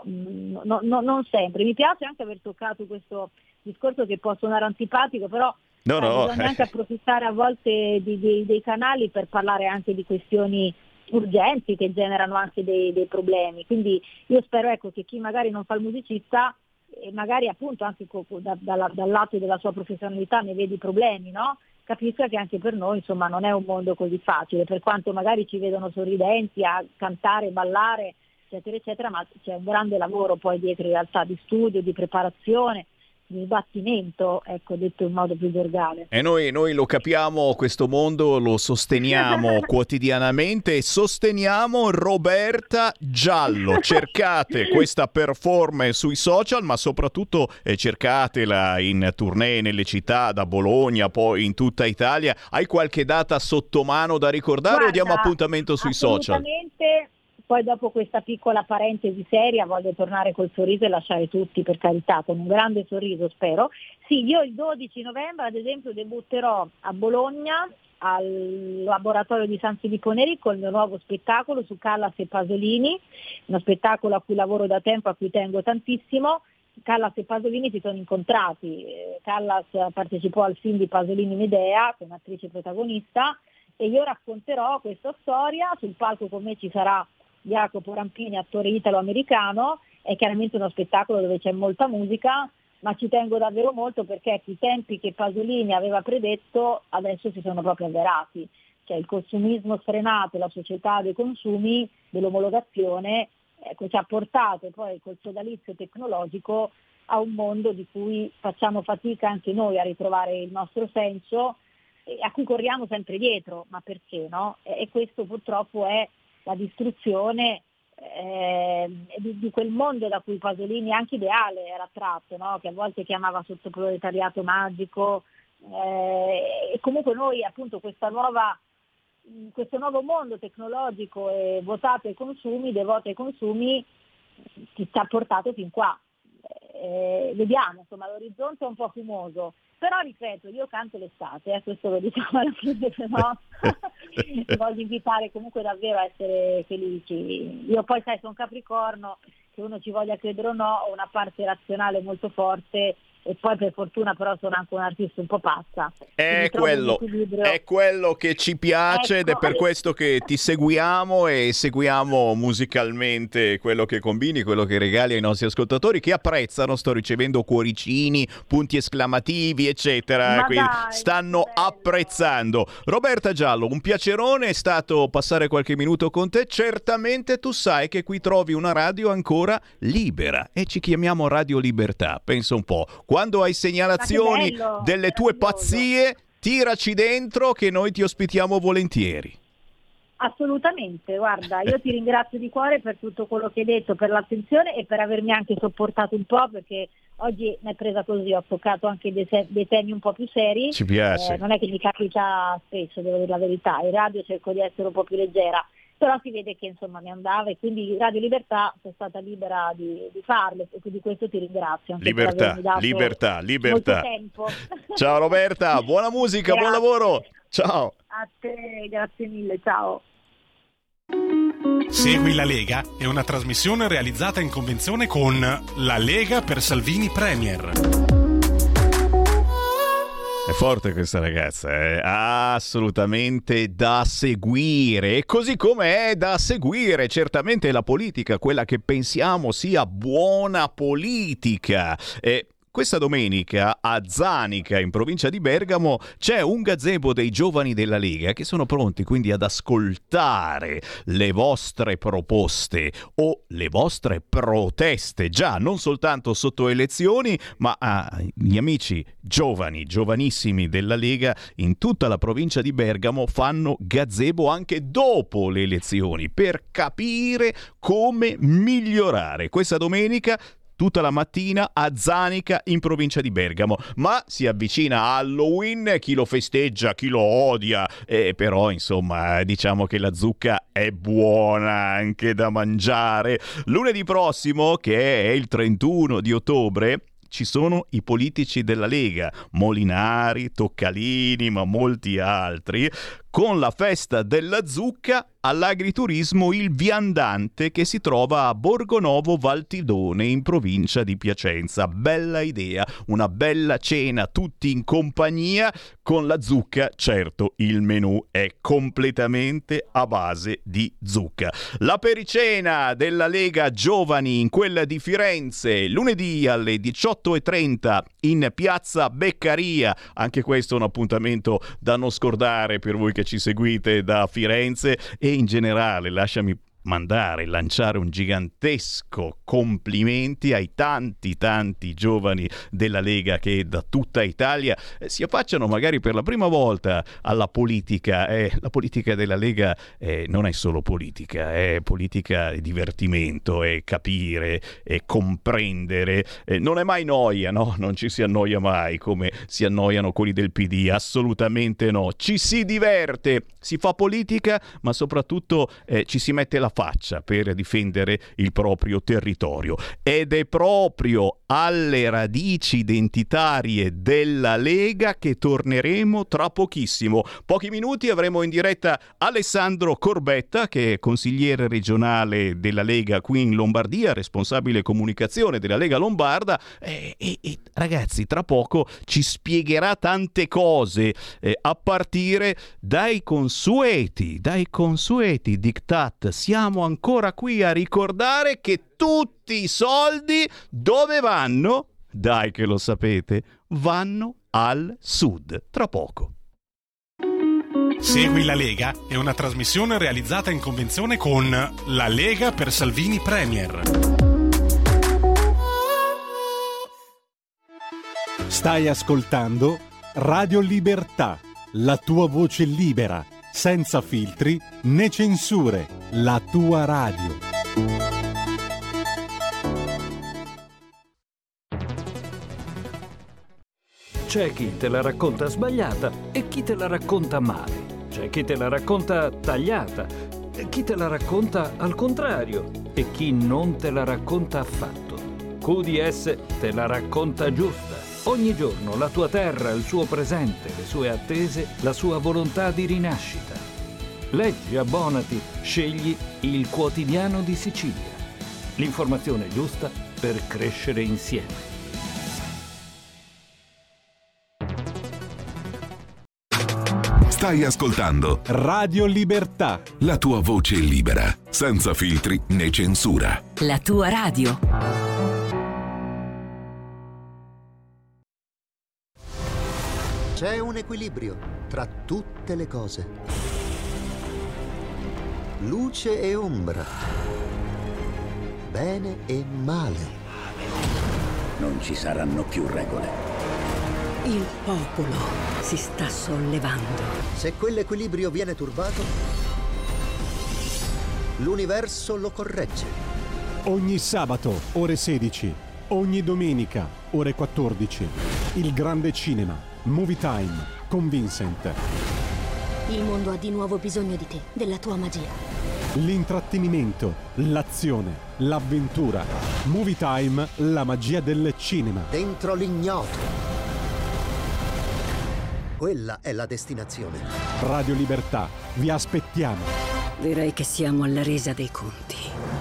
non sempre. Mi piace anche aver toccato questo discorso che può suonare antipatico, però bisogna anche approfittare a volte dei canali per parlare anche di questioni urgenti che generano anche dei problemi. Quindi io spero, ecco, che chi magari non fa il musicista e magari appunto anche dal lato della sua professionalità ne vedi problemi, no? Capisca che anche per noi insomma non è un mondo così facile, per quanto magari ci vedono sorridenti a cantare, ballare, eccetera eccetera, ma c'è un grande lavoro poi dietro, in realtà, di studio, di preparazione, di battimento, ecco, detto in modo più gergale. E noi lo capiamo, questo mondo lo sosteniamo quotidianamente, e sosteniamo Roberta Giallo. Cercate questa performance sui social, ma soprattutto cercatela in tournée nelle città, da Bologna poi in tutta Italia. Hai qualche data sotto mano da ricordare? Guarda, o diamo appuntamento sui social? Assolutamente. Poi dopo questa piccola parentesi seria voglio tornare col sorriso e lasciare tutti, per carità, con un grande sorriso, spero. Sì, io il 12 novembre ad esempio debutterò a Bologna al laboratorio di San Filippo Neri con il mio nuovo spettacolo su Callas e Pasolini, uno spettacolo a cui lavoro da tempo, a cui tengo tantissimo. Callas e Pasolini si sono incontrati, Callas partecipò al film di Pasolini Medea, che è un'attrice protagonista, e io racconterò questa storia. Sul palco con me ci sarà Jacopo Rampini, attore italo-americano. È chiaramente uno spettacolo dove c'è molta musica, ma ci tengo davvero molto perché i tempi che Pasolini aveva predetto adesso si sono proprio avverati. Cioè il consumismo sfrenato, la società dei consumi, dell'omologazione, ecco, ci ha portato poi col sodalizio tecnologico a un mondo di cui facciamo fatica anche noi a ritrovare il nostro senso e a cui corriamo sempre dietro, ma perché no? E questo purtroppo è la distruzione di quel mondo da cui Pasolini anche ideale era attratto, no? Che a volte chiamava sottoproletariato magico, e comunque noi appunto questo nuovo mondo tecnologico votato ai consumi, devoto ai consumi, ci ha portato fin qua. Vediamo, insomma, l'orizzonte è un po' fumoso, però ripeto, io canto l'estate, questo lo diciamo alla fine, però voglio invitare comunque davvero a essere felici. Io poi sai, sono Capricorno, che uno ci voglia credere o no, ho una parte razionale molto forte e poi per fortuna però sono anche un artista un po' pazza. È quello che ci piace, ecco. Ed è per questo che ti seguiamo e seguiamo musicalmente quello che combini, quello che regali ai nostri ascoltatori, che apprezzano. Sto ricevendo cuoricini, punti esclamativi eccetera, quindi stanno apprezzando. Roberta Giallo, un piacerone è stato passare qualche minuto con te. Certamente tu sai che qui trovi una radio ancora libera e ci chiamiamo Radio Libertà. Pensa un po', quando hai segnalazioni delle tue pazzie, tiraci dentro che noi ti ospitiamo volentieri. Assolutamente, guarda, io ti ringrazio di cuore per tutto quello che hai detto, per l'attenzione e per avermi anche sopportato un po', perché oggi mi è presa così, ho toccato anche dei temi un po' più seri. Ci piace. Non è che mi capita spesso, devo dire la verità, in radio cerco di essere un po' più leggera, però si vede che insomma mi andava e quindi Radio Libertà sono stata libera di farlo e di questo ti ringrazio. Anche libertà. Molto tempo. Ciao Roberta, buona musica, buon lavoro. Ciao. A te, grazie mille, ciao. Segui la Lega è una trasmissione realizzata in convenzione con La Lega per Salvini Premier. È forte questa ragazza, assolutamente da seguire, e così come è da seguire certamente la politica, quella che pensiamo sia buona politica. Questa domenica a Zanica, in provincia di Bergamo, c'è un gazebo dei giovani della Lega che sono pronti quindi ad ascoltare le vostre proposte o le vostre proteste, già non soltanto sotto elezioni, ma gli amici giovanissimi della Lega in tutta la provincia di Bergamo fanno gazebo anche dopo le elezioni per capire come migliorare. Questa domenica tutta la mattina a Zanica in provincia di Bergamo, ma si avvicina Halloween, chi lo festeggia, chi lo odia, però insomma diciamo che la zucca è buona anche da mangiare. Lunedì prossimo, che è il 31 di ottobre, ci sono i politici della Lega, Molinari, Toccalini, ma molti altri, con la festa della zucca all'agriturismo Il Viandante, che si trova a Borgonovo Valtidone in provincia di Piacenza. Bella idea, una bella cena tutti in compagnia con la zucca. Certo, il menù è completamente a base di zucca. La pericena della Lega Giovani in quella di Firenze, lunedì alle 18:30 in piazza Beccaria. Anche questo è un appuntamento da non scordare per voi che ci seguite da Firenze, e in generale lasciami lanciare un gigantesco complimenti ai tanti giovani della Lega che da tutta Italia si affacciano magari per la prima volta alla politica. La politica della Lega non è solo politica, è politica e divertimento, è capire, è comprendere, non è mai noia, no? Non ci si annoia mai come si annoiano quelli del PD, assolutamente no, ci si diverte, si fa politica, ma soprattutto ci si mette la faccia per difendere il proprio territorio, ed è proprio alle radici identitarie della Lega che torneremo tra pochissimo. Pochi minuti avremo in diretta Alessandro Corbetta, che è consigliere regionale della Lega qui in Lombardia, responsabile comunicazione della Lega Lombarda, e ragazzi tra poco ci spiegherà tante cose, a partire dai consueti diktat. Siamo ancora qui a ricordare che tutti i soldi dove vanno? Dai che lo sapete, vanno al sud. Tra poco. Segui la Lega è una trasmissione realizzata in convenzione con La Lega per Salvini Premier. Stai ascoltando Radio Libertà, la tua voce libera, senza filtri né censure, la tua radio. C'è chi te la racconta sbagliata e chi te la racconta male. C'è chi te la racconta tagliata e chi te la racconta al contrario e chi non te la racconta affatto. QDS te la racconta giusta. Ogni giorno la tua terra, il suo presente, le sue attese, la sua volontà di rinascita. Leggi, abbonati, scegli il Quotidiano di Sicilia. L'informazione giusta per crescere insieme. Stai ascoltando Radio Libertà, la tua voce libera, senza filtri né censura. La tua radio. C'è un equilibrio tra tutte le cose. Luce e ombra. Bene e male. Non ci saranno più regole. Il popolo si sta sollevando. Se quell'equilibrio viene turbato, l'universo lo corregge. ogni sabato, ore 16, ogni domenica, ore 14, il grande cinema, Movie Time, con Vincent. Il mondo ha di nuovo bisogno di te, della tua magia. L'intrattenimento, l'azione, l'avventura. Movie Time, la magia del cinema. Dentro l'ignoto. Quella è la destinazione. Radio Libertà, vi aspettiamo. Direi che siamo alla resa dei conti.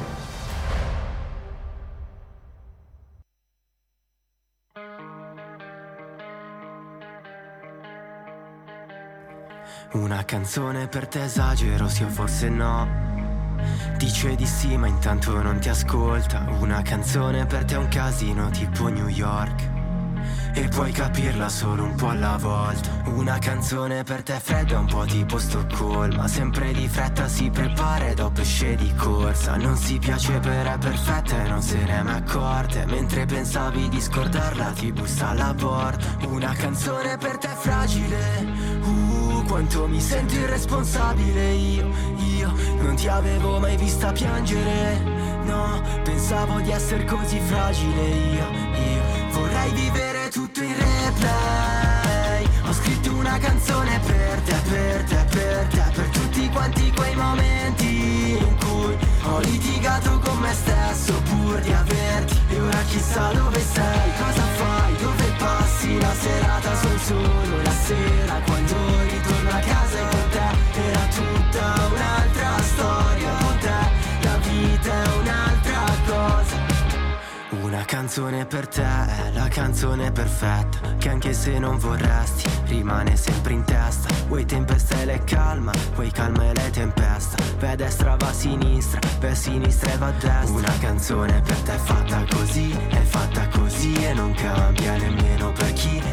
Una canzone per te, esagero, sì o forse no. Dice di sì ma intanto non ti ascolta. Una canzone per te è un casino tipo New York e puoi capirla solo un po' alla volta. Una canzone per te è fredda, un po' tipo Stoccolma. Sempre di fretta si prepara e dopo esce di corsa. Non si piace però è perfetta e non se ne è mai accorte. Mentre pensavi di scordarla ti bussa alla porta. Una canzone per te è fragile. Quanto mi sento irresponsabile io non ti avevo mai vista piangere. No, pensavo di essere così fragile io vorrei vivere tutto in replay. Ho scritto una canzone per te, per te, per te, per tutti quanti quei momenti in cui ho litigato con me stesso pur di averti. E ora chissà dove sei, cosa fai, dove passi la serata. Son solo la sera quando ritorno a casa e con te era tutta un'altra storia. Con te la vita è un'altra cosa. Una canzone per te è la canzone perfetta, che anche se non vorresti rimane sempre in testa. Vuoi tempesta e le calma, vuoi calma e le tempesta. Vai a destra va a sinistra, vai a sinistra e va a destra. Una canzone per te è fatta così e non cambia nemmeno per chi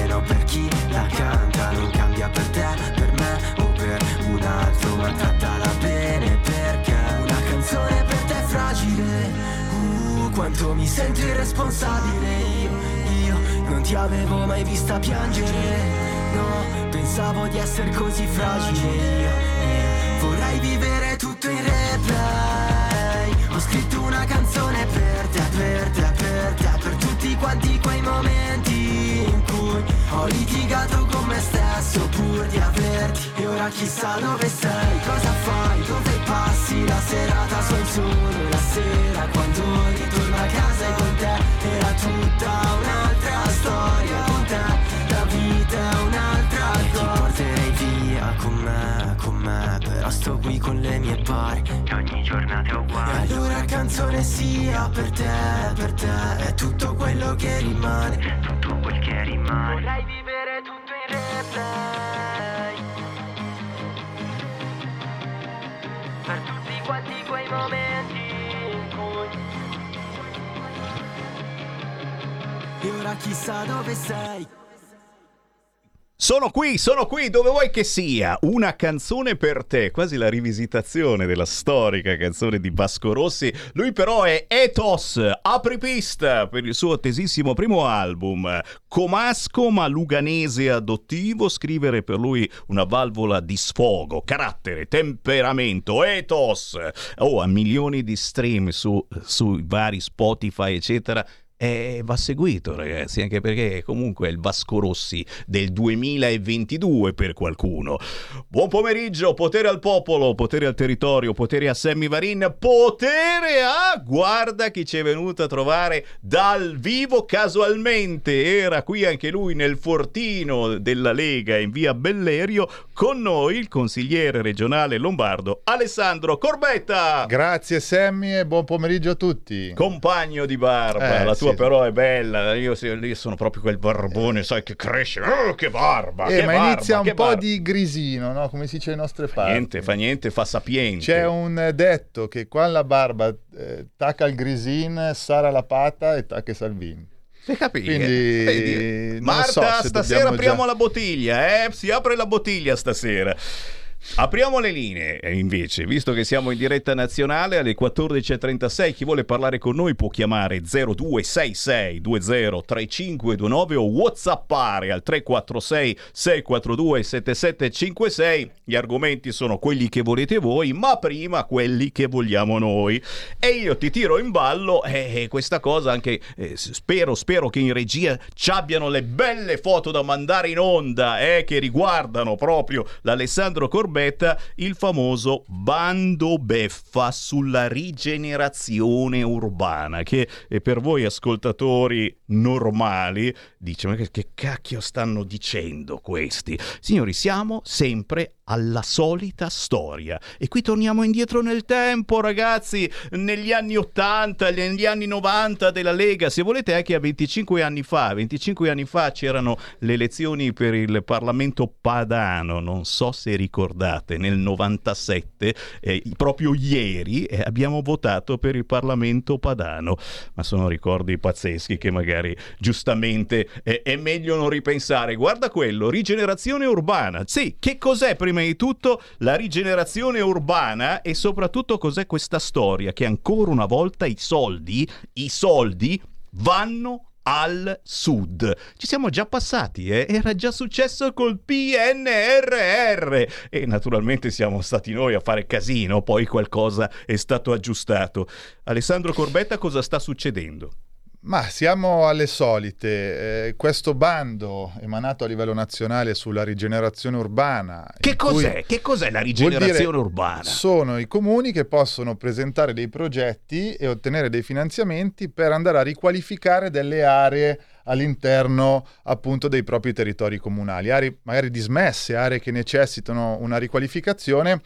la canta. Non cambia per te, per me o per un altro, ma trattala bene perché una canzone per te è fragile. Quanto mi sento irresponsabile io non ti avevo mai vista piangere. No, pensavo di essere così fragile io vorrei vivere tutto in replay. Ho scritto una canzone per te, per te, per te, per tutti quanti quei momenti in cui ho litigato con me stesso pur di averti. E ora chissà dove sei, cosa fai, dove passi la serata. Son solo la sera quando ritorno a casa e con te era tutta un'altra storia. Con te la vita è un'altra cosa. Ti porterei via con me, però sto qui con le mie pari e ogni giornata è uguale. E allora canzone sia per te, è tutto quello che rimane, tutto quel che rimane. Vorrei vivere tutto in replay per tutti quanti quei momenti in cui. E ora chissà dove sei. Sono qui, dove vuoi che sia? Una canzone per te, quasi la rivisitazione della storica canzone di Vasco Rossi. Lui però è Ethos, apripista per il suo attesissimo primo album. Comasco ma luganese adottivo, scrivere per lui una valvola di sfogo, carattere, temperamento. Ethos, ha milioni di stream sui vari Spotify eccetera. Va seguito, ragazzi, anche perché comunque è il Vasco Rossi del 2022 per qualcuno. Buon pomeriggio, potere al popolo, potere al territorio, potere a Sammy Varin, potere a... Guarda chi ci è venuto a trovare dal vivo casualmente, era qui anche lui nel fortino della Lega in via Bellerio, con noi il consigliere regionale lombardo Alessandro Corbetta. Grazie Sammy e buon pomeriggio a tutti. Compagno di barba, la tua però è bella, io sono proprio quel barbone, sai, che cresce, che barba, che ma barba, inizia un che po' barba. di grisino, no? Come si dice le nostre parti. Fa niente, fa sapiente. C'è un detto che qua la barba tacca il grisin, Sara la pata e tacca Salvini. Quindi Marta, so stasera apriamo la bottiglia, si apre la bottiglia stasera. Apriamo le linee invece, visto che siamo in diretta nazionale alle 14.36. Chi vuole parlare con noi può chiamare 0266 20 3529 o whatsappare al 346 642 7756. Gli argomenti sono quelli che volete voi, ma prima quelli che vogliamo noi. E io ti tiro in ballo questa cosa anche, spero che in regia ci abbiano le belle foto da mandare in onda che riguardano proprio l'Alessandro Corbetta, il famoso bando beffa sulla rigenerazione urbana, che per voi ascoltatori normali dice: ma che cacchio stanno dicendo questi? Signori, siamo sempre alla solita storia e qui torniamo indietro nel tempo, ragazzi, negli anni 80, negli anni 90 della Lega, se volete anche a 25 anni fa c'erano le elezioni per il Parlamento padano, non so se ricordate, nel 97 proprio ieri abbiamo votato per il Parlamento padano, ma sono ricordi pazzeschi che magari giustamente è meglio non ripensare. Guarda quello, rigenerazione urbana, sì, che cos'è prima di tutto la rigenerazione urbana e soprattutto cos'è questa storia che ancora una volta i soldi vanno al sud. Ci siamo già passati, era già successo col PNRR e naturalmente siamo stati noi a fare casino, poi qualcosa è stato aggiustato. Alessandro Corbetta, cosa sta succedendo? Ma siamo alle solite. Questo bando emanato a livello nazionale sulla rigenerazione urbana. Che cos'è la rigenerazione urbana? Sono i comuni che possono presentare dei progetti e ottenere dei finanziamenti per andare a riqualificare delle aree all'interno appunto dei propri territori comunali, aree magari dismesse, aree che necessitano una riqualificazione.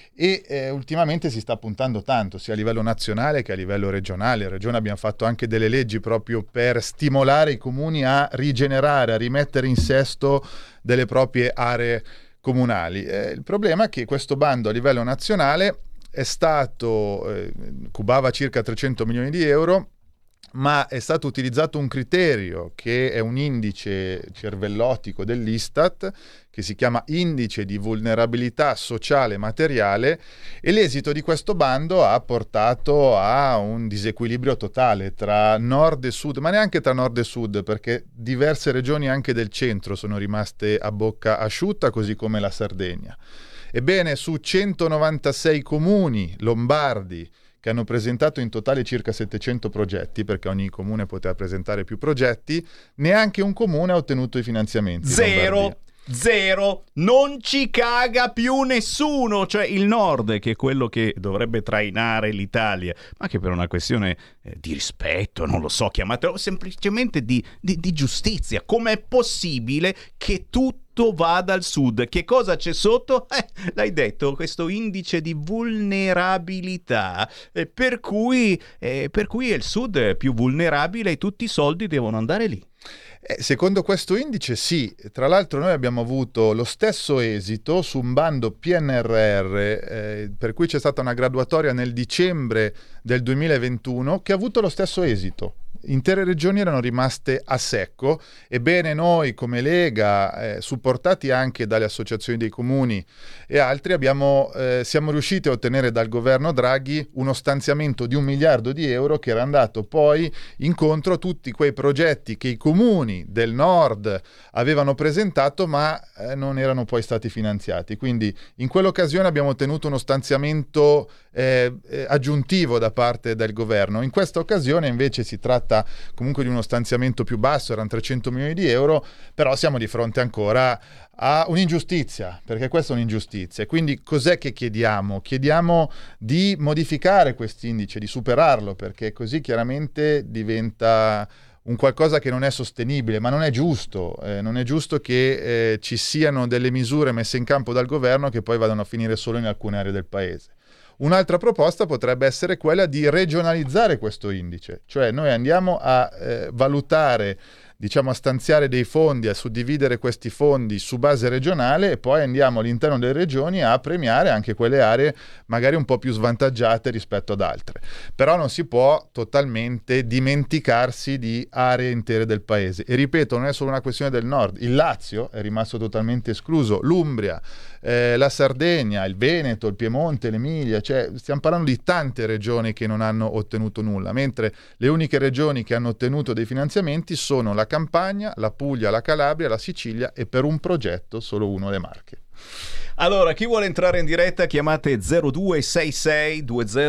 E ultimamente si sta puntando tanto sia a livello nazionale che a livello regionale. In regione abbiamo fatto anche delle leggi proprio per stimolare i comuni a rigenerare, a rimettere in sesto delle proprie aree comunali. Il problema è che questo bando a livello nazionale è stato cubava circa 300 milioni di euro, ma è stato utilizzato un criterio che è un indice cervellotico dell'Istat che si chiama indice di vulnerabilità sociale materiale, e l'esito di questo bando ha portato a un disequilibrio totale tra nord e sud, ma neanche tra nord e sud, perché diverse regioni anche del centro sono rimaste a bocca asciutta, così come la Sardegna. Ebbene, su 196 comuni lombardi che hanno presentato in totale circa 700 progetti, perché ogni comune poteva presentare più progetti, neanche un comune ha ottenuto i finanziamenti. Zero, non ci caga più nessuno, cioè il nord, che è quello che dovrebbe trainare l'Italia, ma che per una questione di rispetto, non lo so, chiamatelo semplicemente di giustizia. Com'è possibile che tutto vada al sud? Che cosa c'è sotto? L'hai detto, questo indice di vulnerabilità, per cui è il sud più vulnerabile e tutti i soldi devono andare lì. Secondo questo indice sì, tra l'altro noi abbiamo avuto lo stesso esito su un bando PNRR, per cui c'è stata una graduatoria nel dicembre del 2021 che ha avuto lo stesso esito. intere regioni erano rimaste a secco. Ebbene, noi come Lega, supportati anche dalle associazioni dei comuni e altri, siamo riusciti a ottenere dal governo Draghi uno stanziamento di 1 miliardo di euro che era andato poi incontro a tutti quei progetti che i comuni del nord avevano presentato ma non erano poi stati finanziati. Quindi in quell'occasione abbiamo ottenuto uno stanziamento aggiuntivo da parte del governo. In questa occasione invece si tratta comunque di uno stanziamento più basso, erano 300 milioni di euro, però siamo di fronte ancora a un'ingiustizia, perché questa è un'ingiustizia. E quindi cos'è che chiediamo? Chiediamo di modificare quest'indice, di superarlo, perché così chiaramente diventa un qualcosa che non è sostenibile, ma non è giusto. Non è giusto che ci siano delle misure messe in campo dal governo che poi vadano a finire solo in alcune aree del paese. Un'altra proposta potrebbe essere quella di regionalizzare questo indice, cioè noi andiamo a valutare, a stanziare dei fondi, a suddividere questi fondi su base regionale e poi andiamo all'interno delle regioni a premiare anche quelle aree magari un po' più svantaggiate rispetto ad altre. Però non si può totalmente dimenticarsi di aree intere del paese. E ripeto, non è solo una questione del nord. Il Lazio è rimasto totalmente escluso, l'Umbria, la Sardegna, il Veneto, il Piemonte, l'Emilia, cioè stiamo parlando di tante regioni che non hanno ottenuto nulla, mentre le uniche regioni che hanno ottenuto dei finanziamenti sono la Campania, la Puglia, la Calabria, la Sicilia e per un progetto solo uno le Marche. Allora, chi vuole entrare in diretta chiamate 0266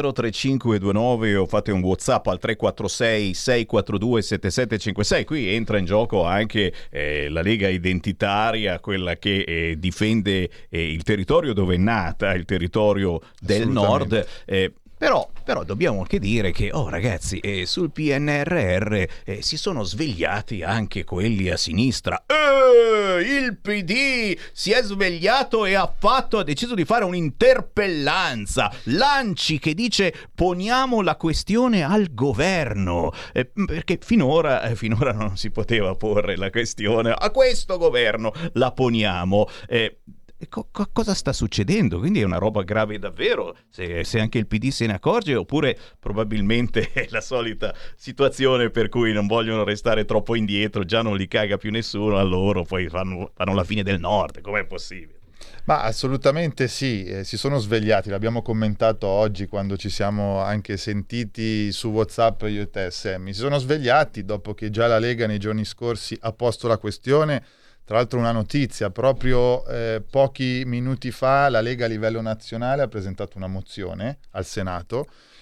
203529 o fate un WhatsApp al 346 642 7756. Qui entra in gioco anche la Lega Identitaria, quella che difende il territorio dove è nata, il territorio del nord. Però dobbiamo anche dire che, ragazzi, sul PNRR si sono svegliati anche quelli a sinistra. Il PD si è svegliato e ha deciso di fare un'interpellanza. Lanci che dice poniamo la questione al governo, perché finora non si poteva porre la questione a questo governo, la poniamo. Cosa sta succedendo? Quindi è una roba grave davvero, se anche il PD se ne accorge, oppure probabilmente è la solita situazione per cui non vogliono restare troppo indietro, già non li caga più nessuno a loro, poi fanno la fine del nord. Com'è possibile? Ma assolutamente sì, si sono svegliati, l'abbiamo commentato oggi quando ci siamo anche sentiti su WhatsApp io e te, Sammy. Si sono svegliati dopo che già la Lega nei giorni scorsi ha posto la questione. Tra l'altro una notizia, proprio pochi minuti fa la Lega a livello nazionale ha presentato una mozione al Senato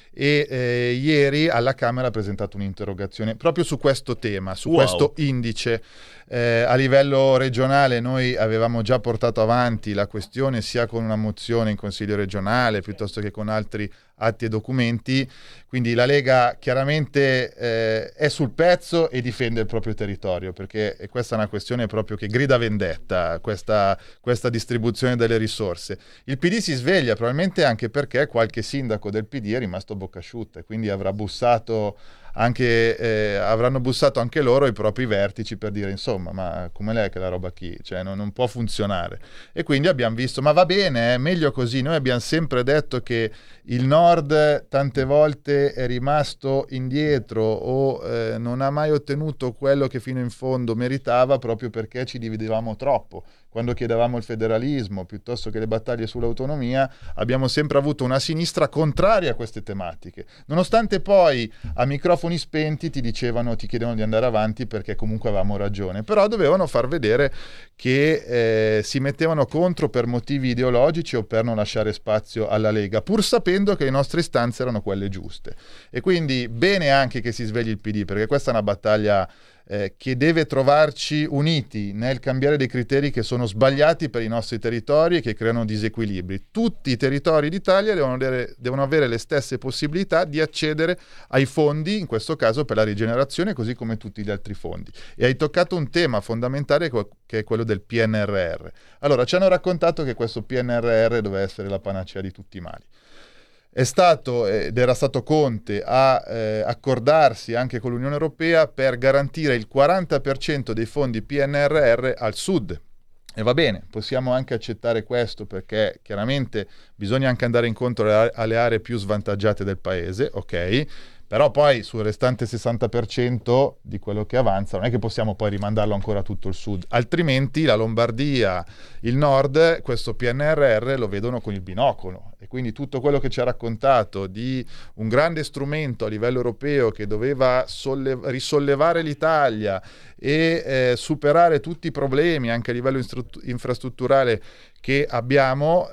e ieri alla Camera ha presentato un'interrogazione proprio su questo tema, su questo indice. A livello regionale noi avevamo già portato avanti la questione sia con una mozione in Consiglio regionale piuttosto che con altri atti e documenti, quindi la Lega chiaramente è sul pezzo e difende il proprio territorio, perché questa è una questione proprio che grida vendetta, questa distribuzione delle risorse. Il PD si sveglia probabilmente anche perché qualche sindaco del PD è rimasto a bocca asciutta e quindi avranno bussato anche loro i propri vertici per dire insomma ma come lei che la roba chi? Cioè non può funzionare. E quindi abbiamo visto ma va bene, è meglio così. Noi abbiamo sempre detto che il nord tante volte è rimasto indietro o non ha mai ottenuto quello che fino in fondo meritava proprio perché ci dividevamo troppo. Quando chiedevamo il federalismo piuttosto che le battaglie sull'autonomia abbiamo sempre avuto una sinistra contraria a queste tematiche, nonostante poi a microfoni spenti ti chiedevano di andare avanti perché comunque avevamo ragione, però dovevano far vedere che si mettevano contro per motivi ideologici o per non lasciare spazio alla Lega, pur sapendo che le nostre istanze erano quelle giuste. E quindi bene anche che si svegli il PD, perché questa è una battaglia che deve trovarci uniti nel cambiare dei criteri che sono sbagliati per i nostri territori e che creano disequilibri. Tutti i territori d'Italia devono avere le stesse possibilità di accedere ai fondi, in questo caso per la rigenerazione, così come tutti gli altri fondi. E hai toccato un tema fondamentale che è quello del PNRR. Allora, ci hanno raccontato che questo PNRR doveva essere la panacea di tutti i mali. Era stato Conte a accordarsi anche con l'Unione Europea per garantire il 40% dei fondi PNRR al sud. E va bene, possiamo anche accettare questo perché chiaramente bisogna anche andare incontro alle aree più svantaggiate del paese, ok? Però poi sul restante 60% di quello che avanza non è che possiamo poi rimandarlo ancora tutto il sud, altrimenti la Lombardia, il nord, questo PNRR lo vedono con il binocolo, e quindi tutto quello che ci ha raccontato di un grande strumento a livello europeo che doveva risollevare l'Italia e superare tutti i problemi anche a livello infrastrutturale che abbiamo,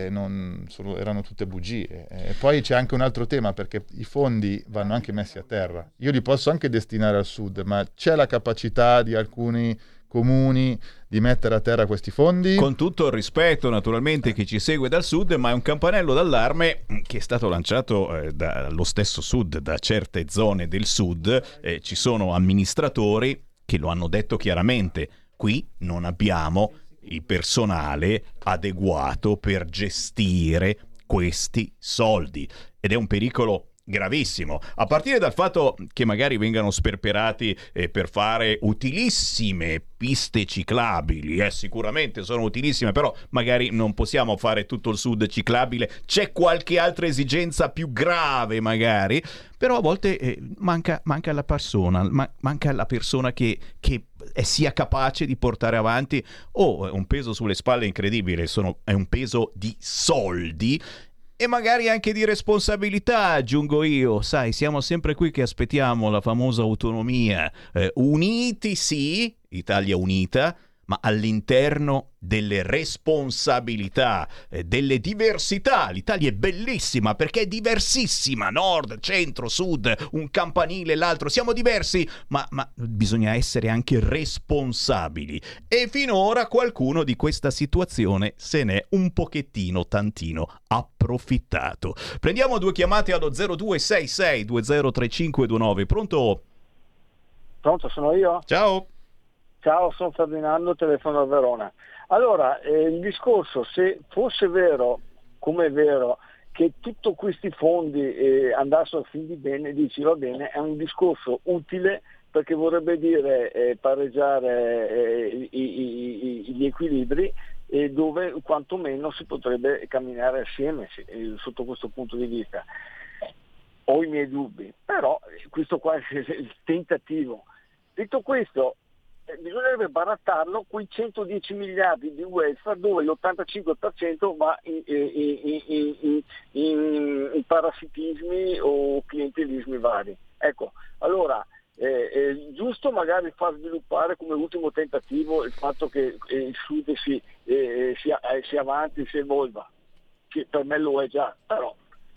erano tutte bugie. Poi c'è anche un altro tema, perché i fondi vanno anche messi a terra. Io li posso anche destinare al sud, ma c'è la capacità di alcuni comuni di mettere a terra questi fondi? Con tutto il rispetto naturalmente chi ci segue dal sud, ma è un campanello d'allarme che è stato lanciato dallo stesso sud, da certe zone del sud. Ci sono amministratori che lo hanno detto chiaramente: qui non abbiamo il personale adeguato per gestire questi soldi, ed è un pericolo gravissimo, a partire dal fatto che magari vengano sperperati per fare utilissime piste ciclabili, sicuramente sono utilissime, però magari non possiamo fare tutto il sud ciclabile, c'è qualche altra esigenza più grave magari, però a volte manca la persona, manca la persona che sia capace di portare avanti un peso sulle spalle incredibile, è un peso di soldi e magari anche di responsabilità, aggiungo io. Sai, siamo sempre qui che aspettiamo la famosa autonomia. Uniti sì, Italia unita, ma all'interno delle responsabilità, delle diversità. L'Italia è bellissima perché è diversissima, nord, centro, sud, un campanile, l'altro, siamo diversi, ma bisogna essere anche responsabili, e finora qualcuno di questa situazione se n'è un pochettino tantino approfittato. Prendiamo 2 chiamate allo 0266 203529. Pronto? Pronto, sono io? Ciao. Ciao, sono Ferdinando, telefono da Verona. Allora, il discorso, se fosse vero, come è vero, che tutti questi fondi andassero a fin di bene, dici va bene, è un discorso utile, perché vorrebbe dire pareggiare gli equilibri, dove quantomeno si potrebbe camminare assieme sotto questo punto di vista. Ho i miei dubbi, però questo qua è il tentativo. Detto questo, bisognerebbe barattarlo quei 110 miliardi di welfare, dove l'85% va in parassitismi o clientelismi vari. Ecco, allora è giusto magari far sviluppare come ultimo tentativo il fatto che il Sud si avanti, si evolva, che per me lo è già, però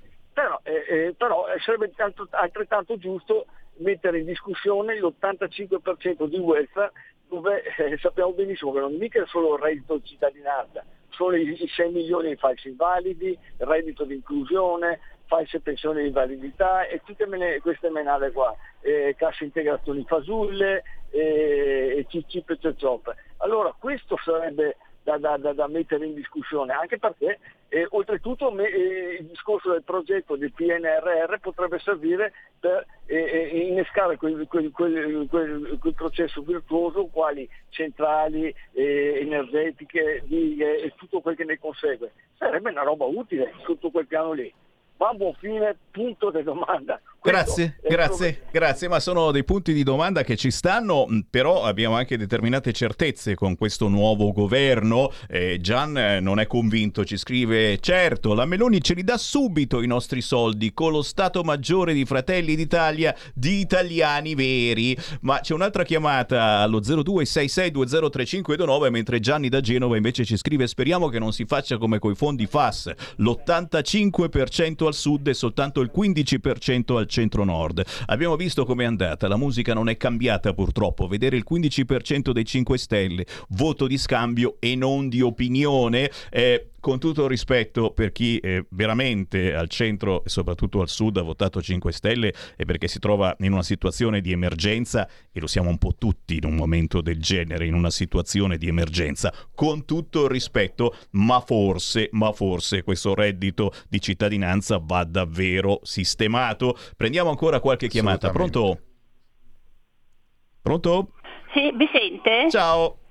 sarebbe altrettanto giusto mettere in discussione l'85% di welfare, dove sappiamo benissimo che non mica è solo il reddito di cittadinanza, sono i 6 milioni di falsi invalidi, il reddito di inclusione, false pensioni di invalidità e tutte queste menate qua, casse integrazioni fasulle, CIP e CECOP. Allora questo sarebbe da mettere in discussione, anche perché oltretutto il discorso del progetto del PNRR potrebbe servire per innescare quel processo virtuoso, quali centrali energetiche e tutto quel che ne consegue. Sarebbe una roba utile sotto quel piano lì. Ma a buon fine, punto di domanda. Grazie, ma sono dei punti di domanda che ci stanno, però abbiamo anche determinate certezze con questo nuovo governo. Gian non è convinto, ci scrive: certo, la Meloni ce li dà subito i nostri soldi con lo Stato Maggiore di Fratelli d'Italia, di italiani veri. Ma c'è un'altra chiamata allo 0266203529, mentre Gianni da Genova invece ci scrive: speriamo che non si faccia come coi fondi FAS, l'85% al sud e soltanto il 15% al centro-nord. Abbiamo visto com'è andata, la musica non è cambiata purtroppo. Vedere il 15% dei 5 Stelle, voto di scambio e non di opinione, con tutto il rispetto per chi veramente al centro e soprattutto al sud ha votato 5 Stelle, è perché si trova in una situazione di emergenza, e lo siamo un po' tutti in un momento del genere, in una situazione di emergenza. Con tutto il rispetto, ma forse questo reddito di cittadinanza va davvero sistemato. Prendiamo ancora qualche chiamata. Pronto? Sì, mi sente? Ciao.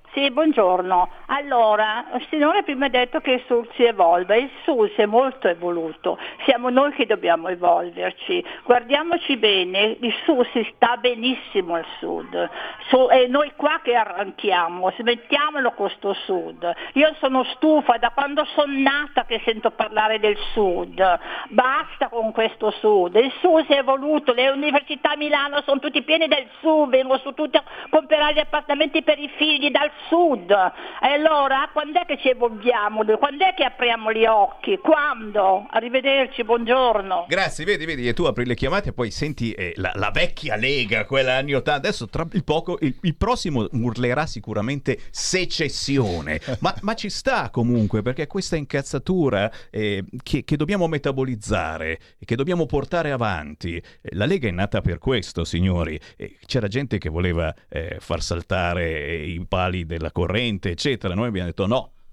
Sì, buongiorno. Allora, il signore prima ha detto che il Sud si evolve, il Sud si è molto evoluto, siamo noi che dobbiamo evolverci, guardiamoci bene, il Sud si sta benissimo al Sud, è noi qua che arranchiamo, smettiamolo con sto Sud. Io sono stufa, da quando sono nata che sento parlare del Sud, basta con questo Sud, il Sud si è evoluto, le università a Milano sono tutti pieni del Sud, vengono su tutti a comprare gli appartamenti per i figli dal Sud. E allora quando è che ci evolviamo? Quando è che apriamo gli occhi? Quando? Arrivederci, buongiorno. Grazie, vedi, e tu apri le chiamate e poi senti la vecchia Lega, quella anni 80. Adesso tra il poco il prossimo urlerà sicuramente secessione, ma ci sta comunque, perché questa incazzatura che dobbiamo metabolizzare, che dobbiamo portare avanti. La Lega è nata per questo, signori. C'era gente che voleva far saltare i pali della corrente, eccetera. Noi abbiamo detto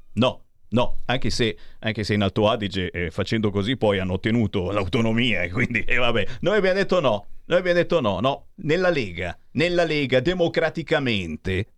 no, anche se in Alto Adige facendo così poi hanno ottenuto l'autonomia, e quindi vabbè, noi abbiamo detto no, nella Lega, democraticamente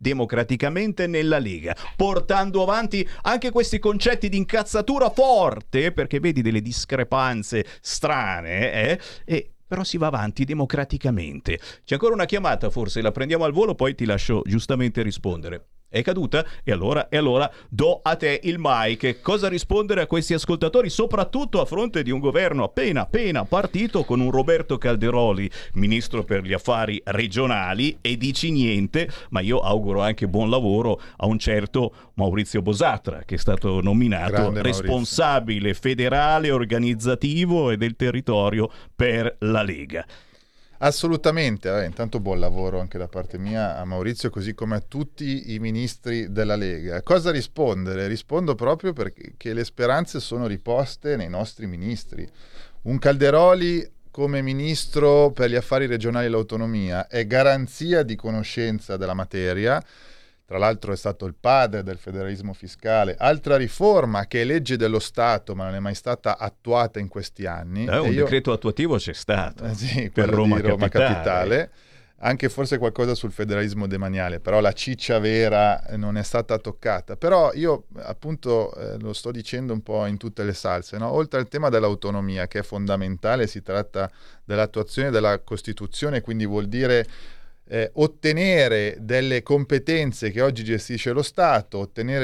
nella Lega, portando avanti anche questi concetti di incazzatura forte, perché vedi delle discrepanze strane, però si va avanti democraticamente. C'è ancora una chiamata, forse la prendiamo al volo, poi ti lascio giustamente rispondere. È caduta? E allora do a te il mic. Cosa rispondere a questi ascoltatori, soprattutto a fronte di un governo appena partito con un Roberto Calderoli ministro per gli affari regionali, e dici niente, ma io auguro anche buon lavoro a un certo Maurizio Bosatra, che è stato nominato responsabile federale, organizzativo e del territorio per la Lega. Assolutamente, intanto buon lavoro anche da parte mia a Maurizio, così come a tutti i ministri della Lega. Cosa rispondere? Rispondo proprio perché le speranze sono riposte nei nostri ministri. Un Calderoli come ministro per gli affari regionali e l'autonomia è garanzia di conoscenza della materia. Tra l'altro è stato il padre del federalismo fiscale, altra riforma che è legge dello Stato ma non è mai stata attuata in questi anni. Un decreto attuativo c'è stato sì, per Roma Capitale. Anche forse qualcosa sul federalismo demaniale, però la ciccia vera non è stata toccata. Però io appunto lo sto dicendo un po' in tutte le salse, no? Oltre al tema dell'autonomia, che è fondamentale, si tratta dell'attuazione della Costituzione, quindi vuol dire ottenere delle competenze che oggi gestisce lo Stato, ottenere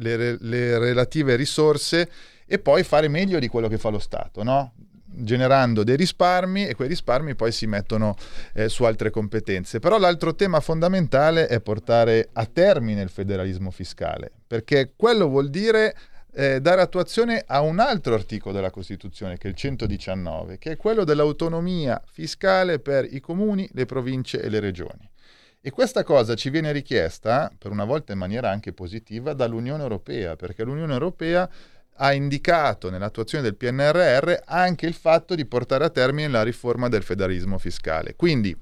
le relative risorse e poi fare meglio di quello che fa lo Stato, no? Generando dei risparmi, e quei risparmi poi si mettono su altre competenze. Però l'altro tema fondamentale è portare a termine il federalismo fiscale, perché quello vuol dire dare attuazione a un altro articolo della Costituzione, che è il 119, che è quello dell'autonomia fiscale per i comuni, le province e le regioni. E questa cosa ci viene richiesta, per una volta in maniera anche positiva, dall'Unione Europea, perché l'Unione Europea ha indicato nell'attuazione del PNRR anche il fatto di portare a termine la riforma del federalismo fiscale. Quindi,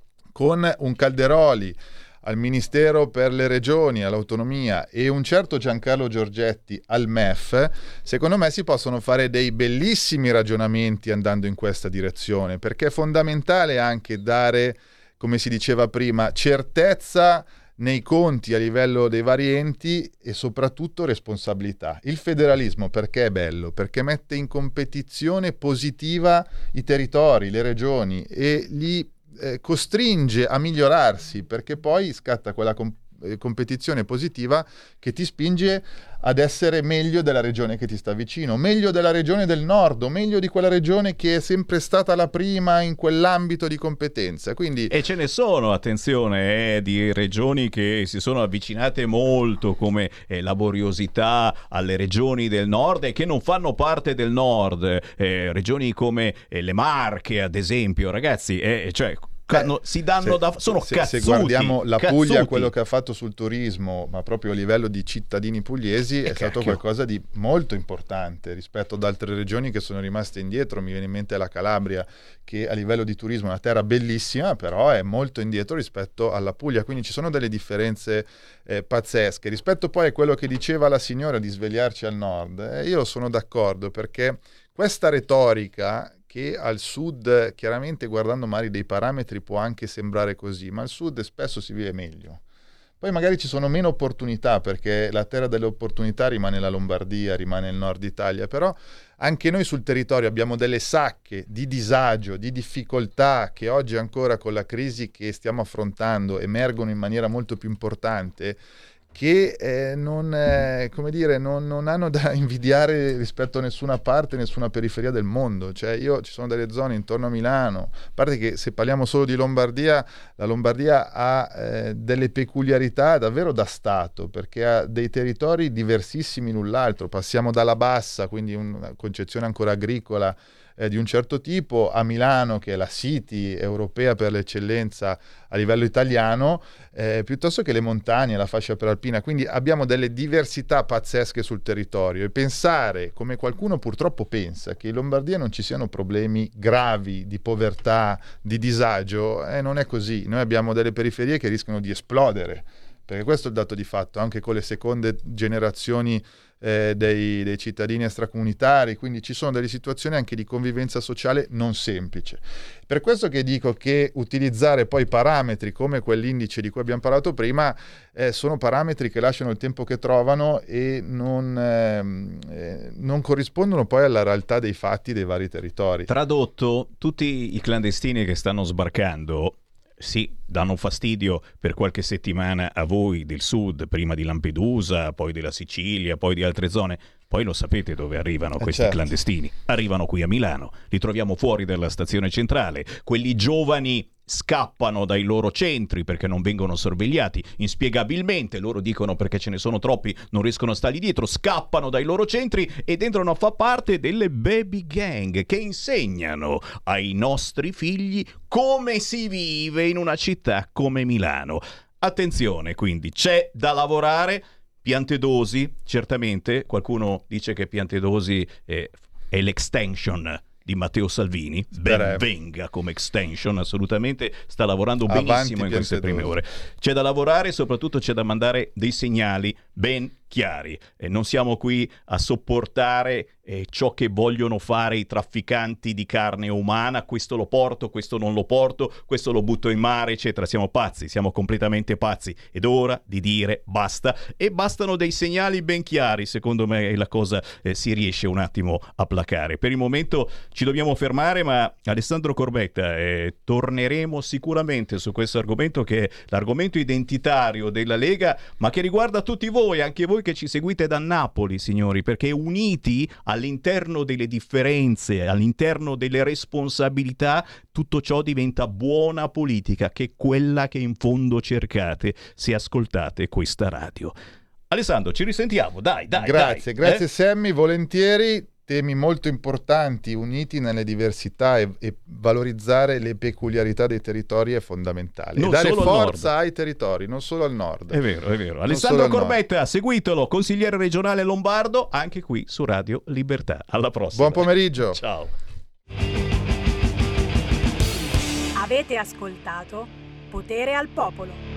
con un Calderoli al Ministero per le Regioni, all'autonomia, e un certo Giancarlo Giorgetti al MEF, secondo me si possono fare dei bellissimi ragionamenti andando in questa direzione, perché è fondamentale anche dare, come si diceva prima, certezza nei conti a livello dei vari enti e soprattutto responsabilità. Il federalismo perché è bello? Perché mette in competizione positiva i territori, le regioni, e li costringe a migliorarsi, perché poi scatta quella competizione positiva che ti spinge ad essere meglio della regione che ti sta vicino, meglio della regione del nord, o meglio di quella regione che è sempre stata la prima in quell'ambito di competenza. Quindi... E ce ne sono, attenzione, di regioni che si sono avvicinate molto come laboriosità alle regioni del nord e che non fanno parte del nord, regioni come le Marche ad esempio, ragazzi, cioè si danno sono cazzuti. Se guardiamo la Puglia, quello che ha fatto sul turismo, ma proprio a livello di cittadini pugliesi, è stato qualcosa di molto importante rispetto ad altre regioni che sono rimaste indietro. Mi viene in mente la Calabria, che a livello di turismo è una terra bellissima, però è molto indietro rispetto alla Puglia, quindi ci sono delle differenze pazzesche. Rispetto poi a quello che diceva la signora di svegliarci al nord, io sono d'accordo, perché questa retorica che al sud, chiaramente guardando magari dei parametri può anche sembrare così, ma al sud spesso si vive meglio, Poi magari ci sono meno opportunità, perché la terra delle opportunità rimane la Lombardia, rimane il nord Italia, però anche noi sul territorio abbiamo delle sacche di disagio, di difficoltà che oggi ancora con la crisi che stiamo affrontando emergono in maniera molto più importante, che non hanno da invidiare rispetto a nessuna parte, nessuna periferia del mondo. Cioè ci sono delle zone intorno a Milano, a parte che se parliamo solo di Lombardia, la Lombardia ha delle peculiarità davvero da Stato, perché ha dei territori diversissimi l'un l'altro. Passiamo dalla Bassa, quindi una concezione ancora agricola di un certo tipo, a Milano, che è la city europea per l'eccellenza a livello italiano, piuttosto che le montagne, la fascia prealpina. Quindi abbiamo delle diversità pazzesche sul territorio, e pensare, come qualcuno purtroppo pensa, che in Lombardia non ci siano problemi gravi di povertà, di disagio, non è così. Noi abbiamo delle periferie che rischiano di esplodere, perché questo è il dato di fatto, anche con le seconde generazioni dei cittadini extracomunitari, quindi ci sono delle situazioni anche di convivenza sociale non semplice. Per questo che dico che utilizzare poi parametri come quell'indice di cui abbiamo parlato prima sono parametri che lasciano il tempo che trovano e non corrispondono poi alla realtà dei fatti dei vari territori. Tradotto, tutti i clandestini che stanno sbarcando sì, danno fastidio per qualche settimana a voi del sud, prima di Lampedusa, poi della Sicilia, poi di altre zone. Poi lo sapete dove arrivano questi clandestini. Arrivano qui a Milano, li troviamo fuori dalla stazione centrale. Quelli giovani scappano dai loro centri perché non vengono sorvegliati, inspiegabilmente. Loro dicono perché ce ne sono troppi, non riescono a stargli dietro, scappano dai loro centri ed entrano a far parte delle baby gang che insegnano ai nostri figli come si vive in una città come Milano. Attenzione, quindi c'è da lavorare. Piantedosi, certamente, qualcuno dice che Piantedosi è l'extension di Matteo Salvini. Ben venga come extension, assolutamente, sta lavorando benissimo in queste prime ore. C'è da lavorare e soprattutto c'è da mandare dei segnali ben chiari. Non siamo qui a sopportare ciò che vogliono fare i trafficanti di carne umana, questo lo porto, questo non lo porto, questo lo butto in mare, eccetera. Siamo pazzi, siamo completamente pazzi, ed è ora di dire basta, e bastano dei segnali ben chiari. Secondo me la cosa si riesce un attimo a placare. Per il momento ci dobbiamo fermare, ma Alessandro Corbetta, torneremo sicuramente su questo argomento, che è l'argomento identitario della Lega, ma che riguarda tutti voi, anche voi che ci seguite da Napoli, signori, perché uniti all'interno delle differenze, all'interno delle responsabilità, tutto ciò diventa buona politica, che è quella che in fondo cercate se ascoltate questa radio. Alessandro, ci risentiamo, dai. Grazie Sammy, volentieri. Temi molto importanti, uniti nelle diversità, e valorizzare le peculiarità dei territori è fondamentale. Non e dare solo forza ai territori, non solo al nord. È vero. Alessandro Corbetta, seguitelo, consigliere regionale lombardo, anche qui su Radio Libertà. Alla prossima. Buon pomeriggio. Ciao. Avete ascoltato Potere al Popolo.